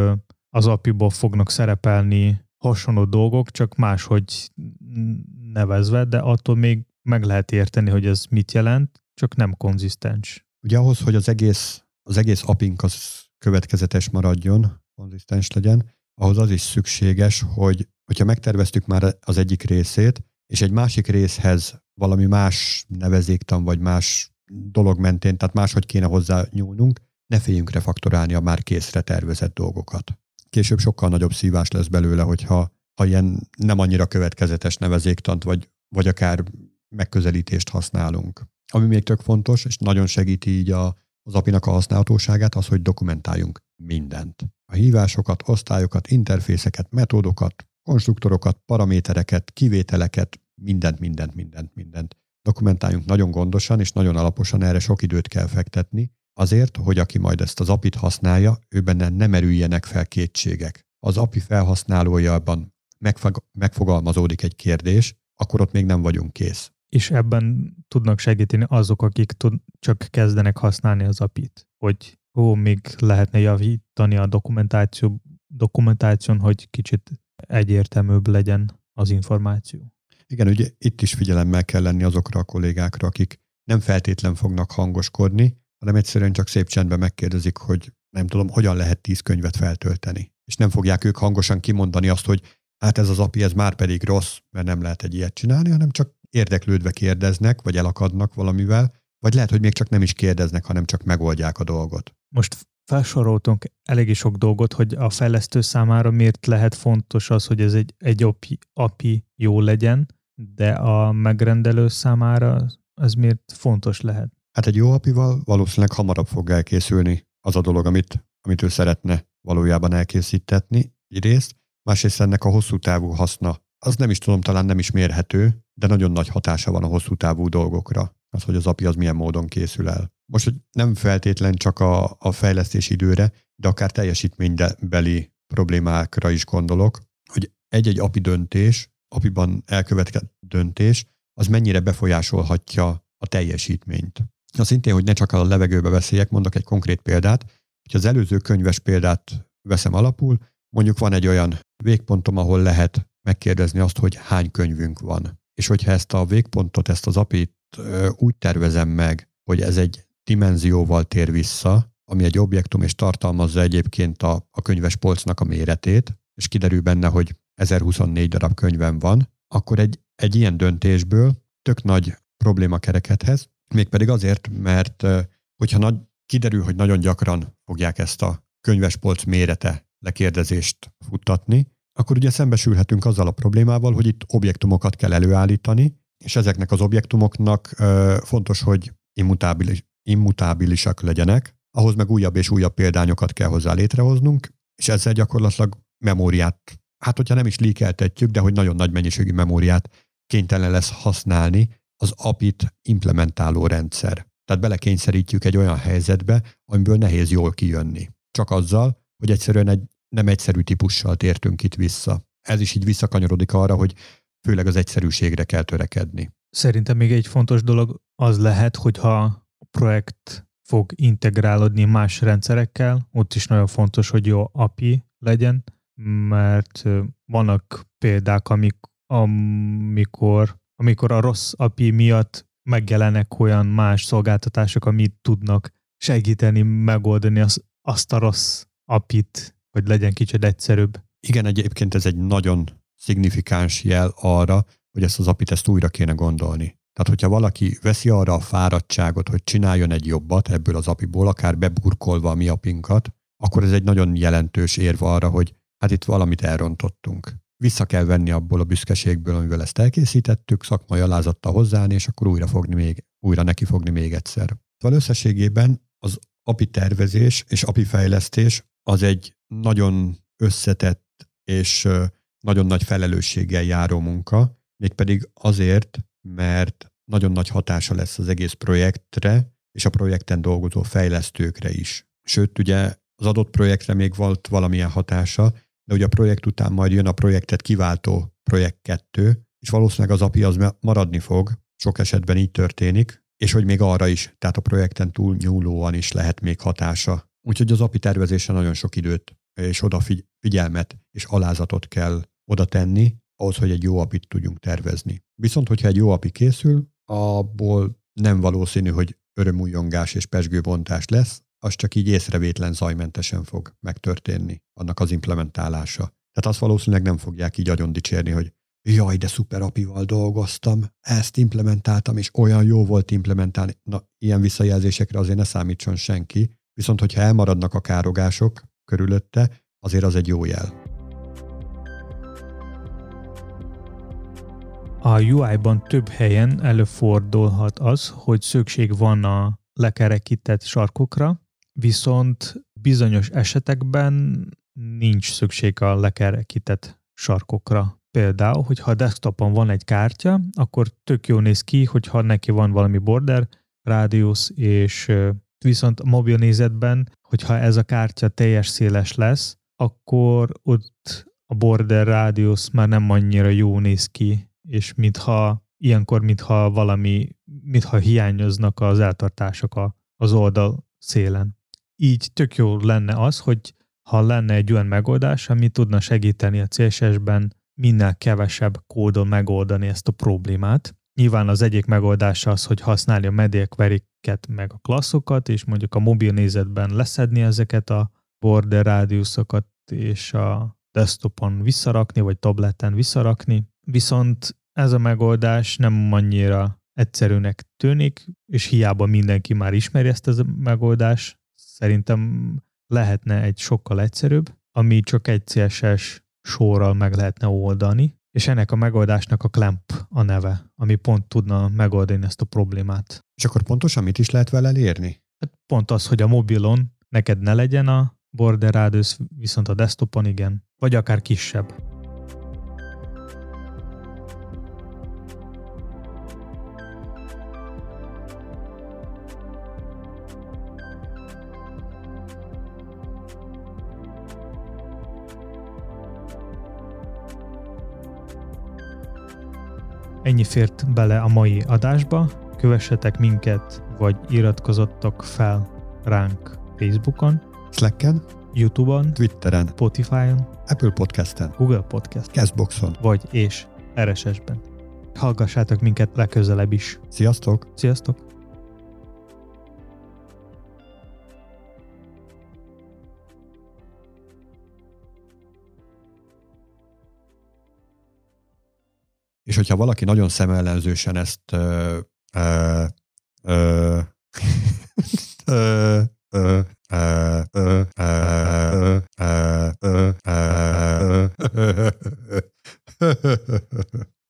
S1: az á pé i-ból fognak szerepelni hasonló dolgok, csak máshogy nevezve, de attól még meg lehet érteni, hogy ez mit jelent, csak nem konzisztens.
S2: Ugye ahhoz, hogy az egész, az egész á pé i-nk az következetes maradjon, konzisztens legyen, ahhoz az is szükséges, hogy hogyha megterveztük már az egyik részét, és egy másik részhez valami más nevezéktan, vagy más dolog mentén, tehát máshogy kéne hozzá nyúlnunk, ne féljünk refaktorálni a már készre tervezett dolgokat. Később sokkal nagyobb szívás lesz belőle, hogyha ha ilyen nem annyira következetes nevezéktant, vagy, vagy akár megközelítést használunk. Ami még tök fontos, és nagyon segíti így a, az á pé i-nak a használhatóságát, az, hogy dokumentáljunk mindent. A hívásokat, osztályokat, interfészeket, metódokat, konstruktorokat, paramétereket, kivételeket, mindent, mindent, mindent, mindent. Dokumentáljunk nagyon gondosan és nagyon alaposan, erre sok időt kell fektetni, Azért, hogy aki majd ezt az apit használja, ő benne nem merüljenek fel kétségek. Az á pé i felhasználójában megfog, megfogalmazódik egy kérdés, akkor ott még nem vagyunk kész.
S1: És ebben tudnak segíteni azok, akik tud, csak kezdenek használni az á pé i-t, hogy ó, még lehetne javítani a dokumentáció, dokumentáción, hogy kicsit egyértelműbb legyen az információ.
S2: Igen, ugye itt is figyelemmel kell lenni azokra a kollégákra, akik nem feltétlen fognak hangoskodni, hanem egyszerűen csak szép csendben megkérdezik, hogy nem tudom, hogyan lehet tíz könyvet feltölteni. És nem fogják ők hangosan kimondani azt, hogy hát ez az á pé i, ez már pedig rossz, mert nem lehet egy ilyet csinálni, hanem csak érdeklődve kérdeznek, vagy elakadnak valamivel, vagy lehet, hogy még csak nem is kérdeznek, hanem csak megoldják a dolgot.
S1: Most felsoroltunk eléggé sok dolgot, hogy a fejlesztő számára miért lehet fontos az, hogy ez egy, egy á pé i jó legyen, de a megrendelő számára ez miért fontos lehet?
S2: Hát egy jó á pé i-val valószínűleg hamarabb fog elkészülni az a dolog, amit, amit ő szeretne valójában elkészítetni egyrészt. Másrészt ennek a hosszú távú haszna, az nem is tudom, talán nem is mérhető, de nagyon nagy hatása van a hosszú távú dolgokra. Az, hogy az á pé i az milyen módon készül el. Most, hogy nem feltétlen csak a, a fejlesztés időre, de akár teljesítménybeli problémákra is gondolok, hogy egy-egy á pé i döntés, á pé i-ban elkövetkezett döntés, az mennyire befolyásolhatja a teljesítményt. Na szintén, hogy ne csak a levegőbe beszéljek, mondok egy konkrét példát, hogy az előző könyves példát veszem alapul, mondjuk van egy olyan végpontom, ahol lehet megkérdezni azt, hogy hány könyvünk van. És hogyha ezt a végpontot, ezt az á pé i-t úgy tervezem meg, hogy ez egy dimenzióval tér vissza, ami egy objektum, és tartalmazza egyébként a, a könyves polcnak a méretét, és kiderül benne, hogy ezerhuszonnégy darab könyvem van, akkor egy, egy ilyen döntésből tök nagy probléma kerekedhez, mégpedig azért, mert hogyha nagy, kiderül, hogy nagyon gyakran fogják ezt a könyves polc mérete lekérdezést futtatni, akkor ugye szembesülhetünk azzal a problémával, hogy itt objektumokat kell előállítani, és ezeknek az objektumoknak ö, fontos, hogy immutábilis, immutábilisak legyenek, ahhoz meg újabb és újabb példányokat kell hozzá létrehoznunk, és ezzel gyakorlatilag memóriát, hát hogyha nem is líkeltetjük, de hogy nagyon nagy mennyiségű memóriát kénytelen lesz használni az á pé i-t implementáló rendszer. Tehát belekényszerítjük egy olyan helyzetbe, amiből nehéz jól kijönni. Csak azzal, hogy egyszerűen egy nem egyszerű típussal tértünk itt vissza. Ez is így visszakanyarodik arra, hogy főleg az egyszerűségre kell törekedni.
S1: Szerintem még egy fontos dolog az lehet, hogyha a projekt fog integrálódni más rendszerekkel, ott is nagyon fontos, hogy jó á pé i legyen, mert vannak példák, amik, amikor, amikor a rossz á pé i miatt megjelennek olyan más szolgáltatások, amit tudnak segíteni, megoldani az, azt a rossz á pé i-t, hogy legyen kicsit egyszerűbb.
S2: Igen, egyébként ez egy nagyon szignifikáns jel arra, hogy ezt az á pé i-t ezt újra kéne gondolni. Tehát, hogyha valaki veszi arra a fáradtságot, hogy csináljon egy jobbat ebből az á pé i-ból, akár beburkolva a mi á pé i-nkat, akkor ez egy nagyon jelentős érv arra, hogy hát itt valamit elrontottunk. Vissza kell venni abból a büszkeségből, amivel ezt elkészítettük, szakmai alázattal hozzáállni, és akkor újra, fogni még, újra neki fogni még egyszer. Szóval összességében az á pé i tervezés és á pé i fejlesztés az egy nagyon összetett és nagyon nagy felelősséggel járó munka, mégpedig azért, mert nagyon nagy hatása lesz az egész projektre, és a projekten dolgozó fejlesztőkre is. Sőt, ugye az adott projektre még volt valamilyen hatása, de ugye a projekt után majd jön a projektet kiváltó projekt kettő, és valószínűleg az á pé i az maradni fog, sok esetben így történik, és hogy még arra is, tehát a projekten túl nyúlóan is lehet még hatása. Úgyhogy az á pé i tervezésre nagyon sok időt és odafigyelmet és alázatot kell oda tenni, ahhoz, hogy egy jó á pé i-t tudjunk tervezni. Viszont, hogyha egy jó á pé i készül, abból nem valószínű, hogy örömújongás és pezsgőbontás lesz, az csak így észrevétlen zajmentesen fog megtörténni annak az implementálása. Tehát azt valószínűleg nem fogják így agyon dicsérni, hogy jaj, de szuper á pé i-val dolgoztam, ezt implementáltam, és olyan jó volt implementálni. Na, ilyen visszajelzésekre azért ne számítson senki, viszont hogyha elmaradnak a károgások körülötte, azért az egy jó jel.
S1: A u i-ban több helyen előfordulhat az, hogy szükség van a lekerekített sarkokra, viszont bizonyos esetekben nincs szükség a lekerekített sarkokra. Például, hogyha a desktopon van egy kártya, akkor tök jó néz ki, hogyha neki van valami border, rádiusz és Viszont a mobil nézetben, hogyha ez a kártya teljes széles lesz, akkor ott a border radius már nem annyira jó néz ki, és mintha ilyenkor, mintha valami, mintha hiányoznak az eltartások a, az oldal szélen. Így tök jó lenne az, hogy ha lenne egy olyan megoldás, ami tudna segíteni a cé es es-ben minél kevesebb kódon megoldani ezt a problémát. Nyilván az egyik megoldás az, hogy használja a media query-ket meg a klasszokat, és mondjuk a mobil nézetben leszedni ezeket a border radiusokat, és a desktopon visszarakni, vagy tableten visszarakni. Viszont ez a megoldás nem annyira egyszerűnek tűnik, és hiába mindenki már ismeri ezt a megoldást, szerintem lehetne egy sokkal egyszerűbb, ami csak egy cé es es sorral meg lehetne oldani, és ennek a megoldásnak a Clamp a neve, ami pont tudna megoldani ezt a problémát.
S2: És akkor pontosan mit is lehet vele elérni?
S1: Hát pont az, hogy a mobilon neked ne legyen a border radius, viszont a desktopon igen, vagy akár kisebb. Ennyi fért bele a mai adásba. Kövessetek minket, vagy iratkozottok fel ránk Facebookon,
S2: Slacken,
S1: YouTube-on,
S2: Twitteren,
S1: Spotify-on,
S2: Apple Podcasten,
S1: Google Podcast,
S2: Castboxon,
S1: vagy és er es es-ben. Hallgassátok minket legközelebb is.
S2: Sziasztok!
S1: Sziasztok!
S2: És hogyha valaki nagyon szemellenzősen ezt ö, ö, ö, ö, ö, ö, ö, ö, ö, ö, ö, ö, ö, ö, ö, ö, ö, ö,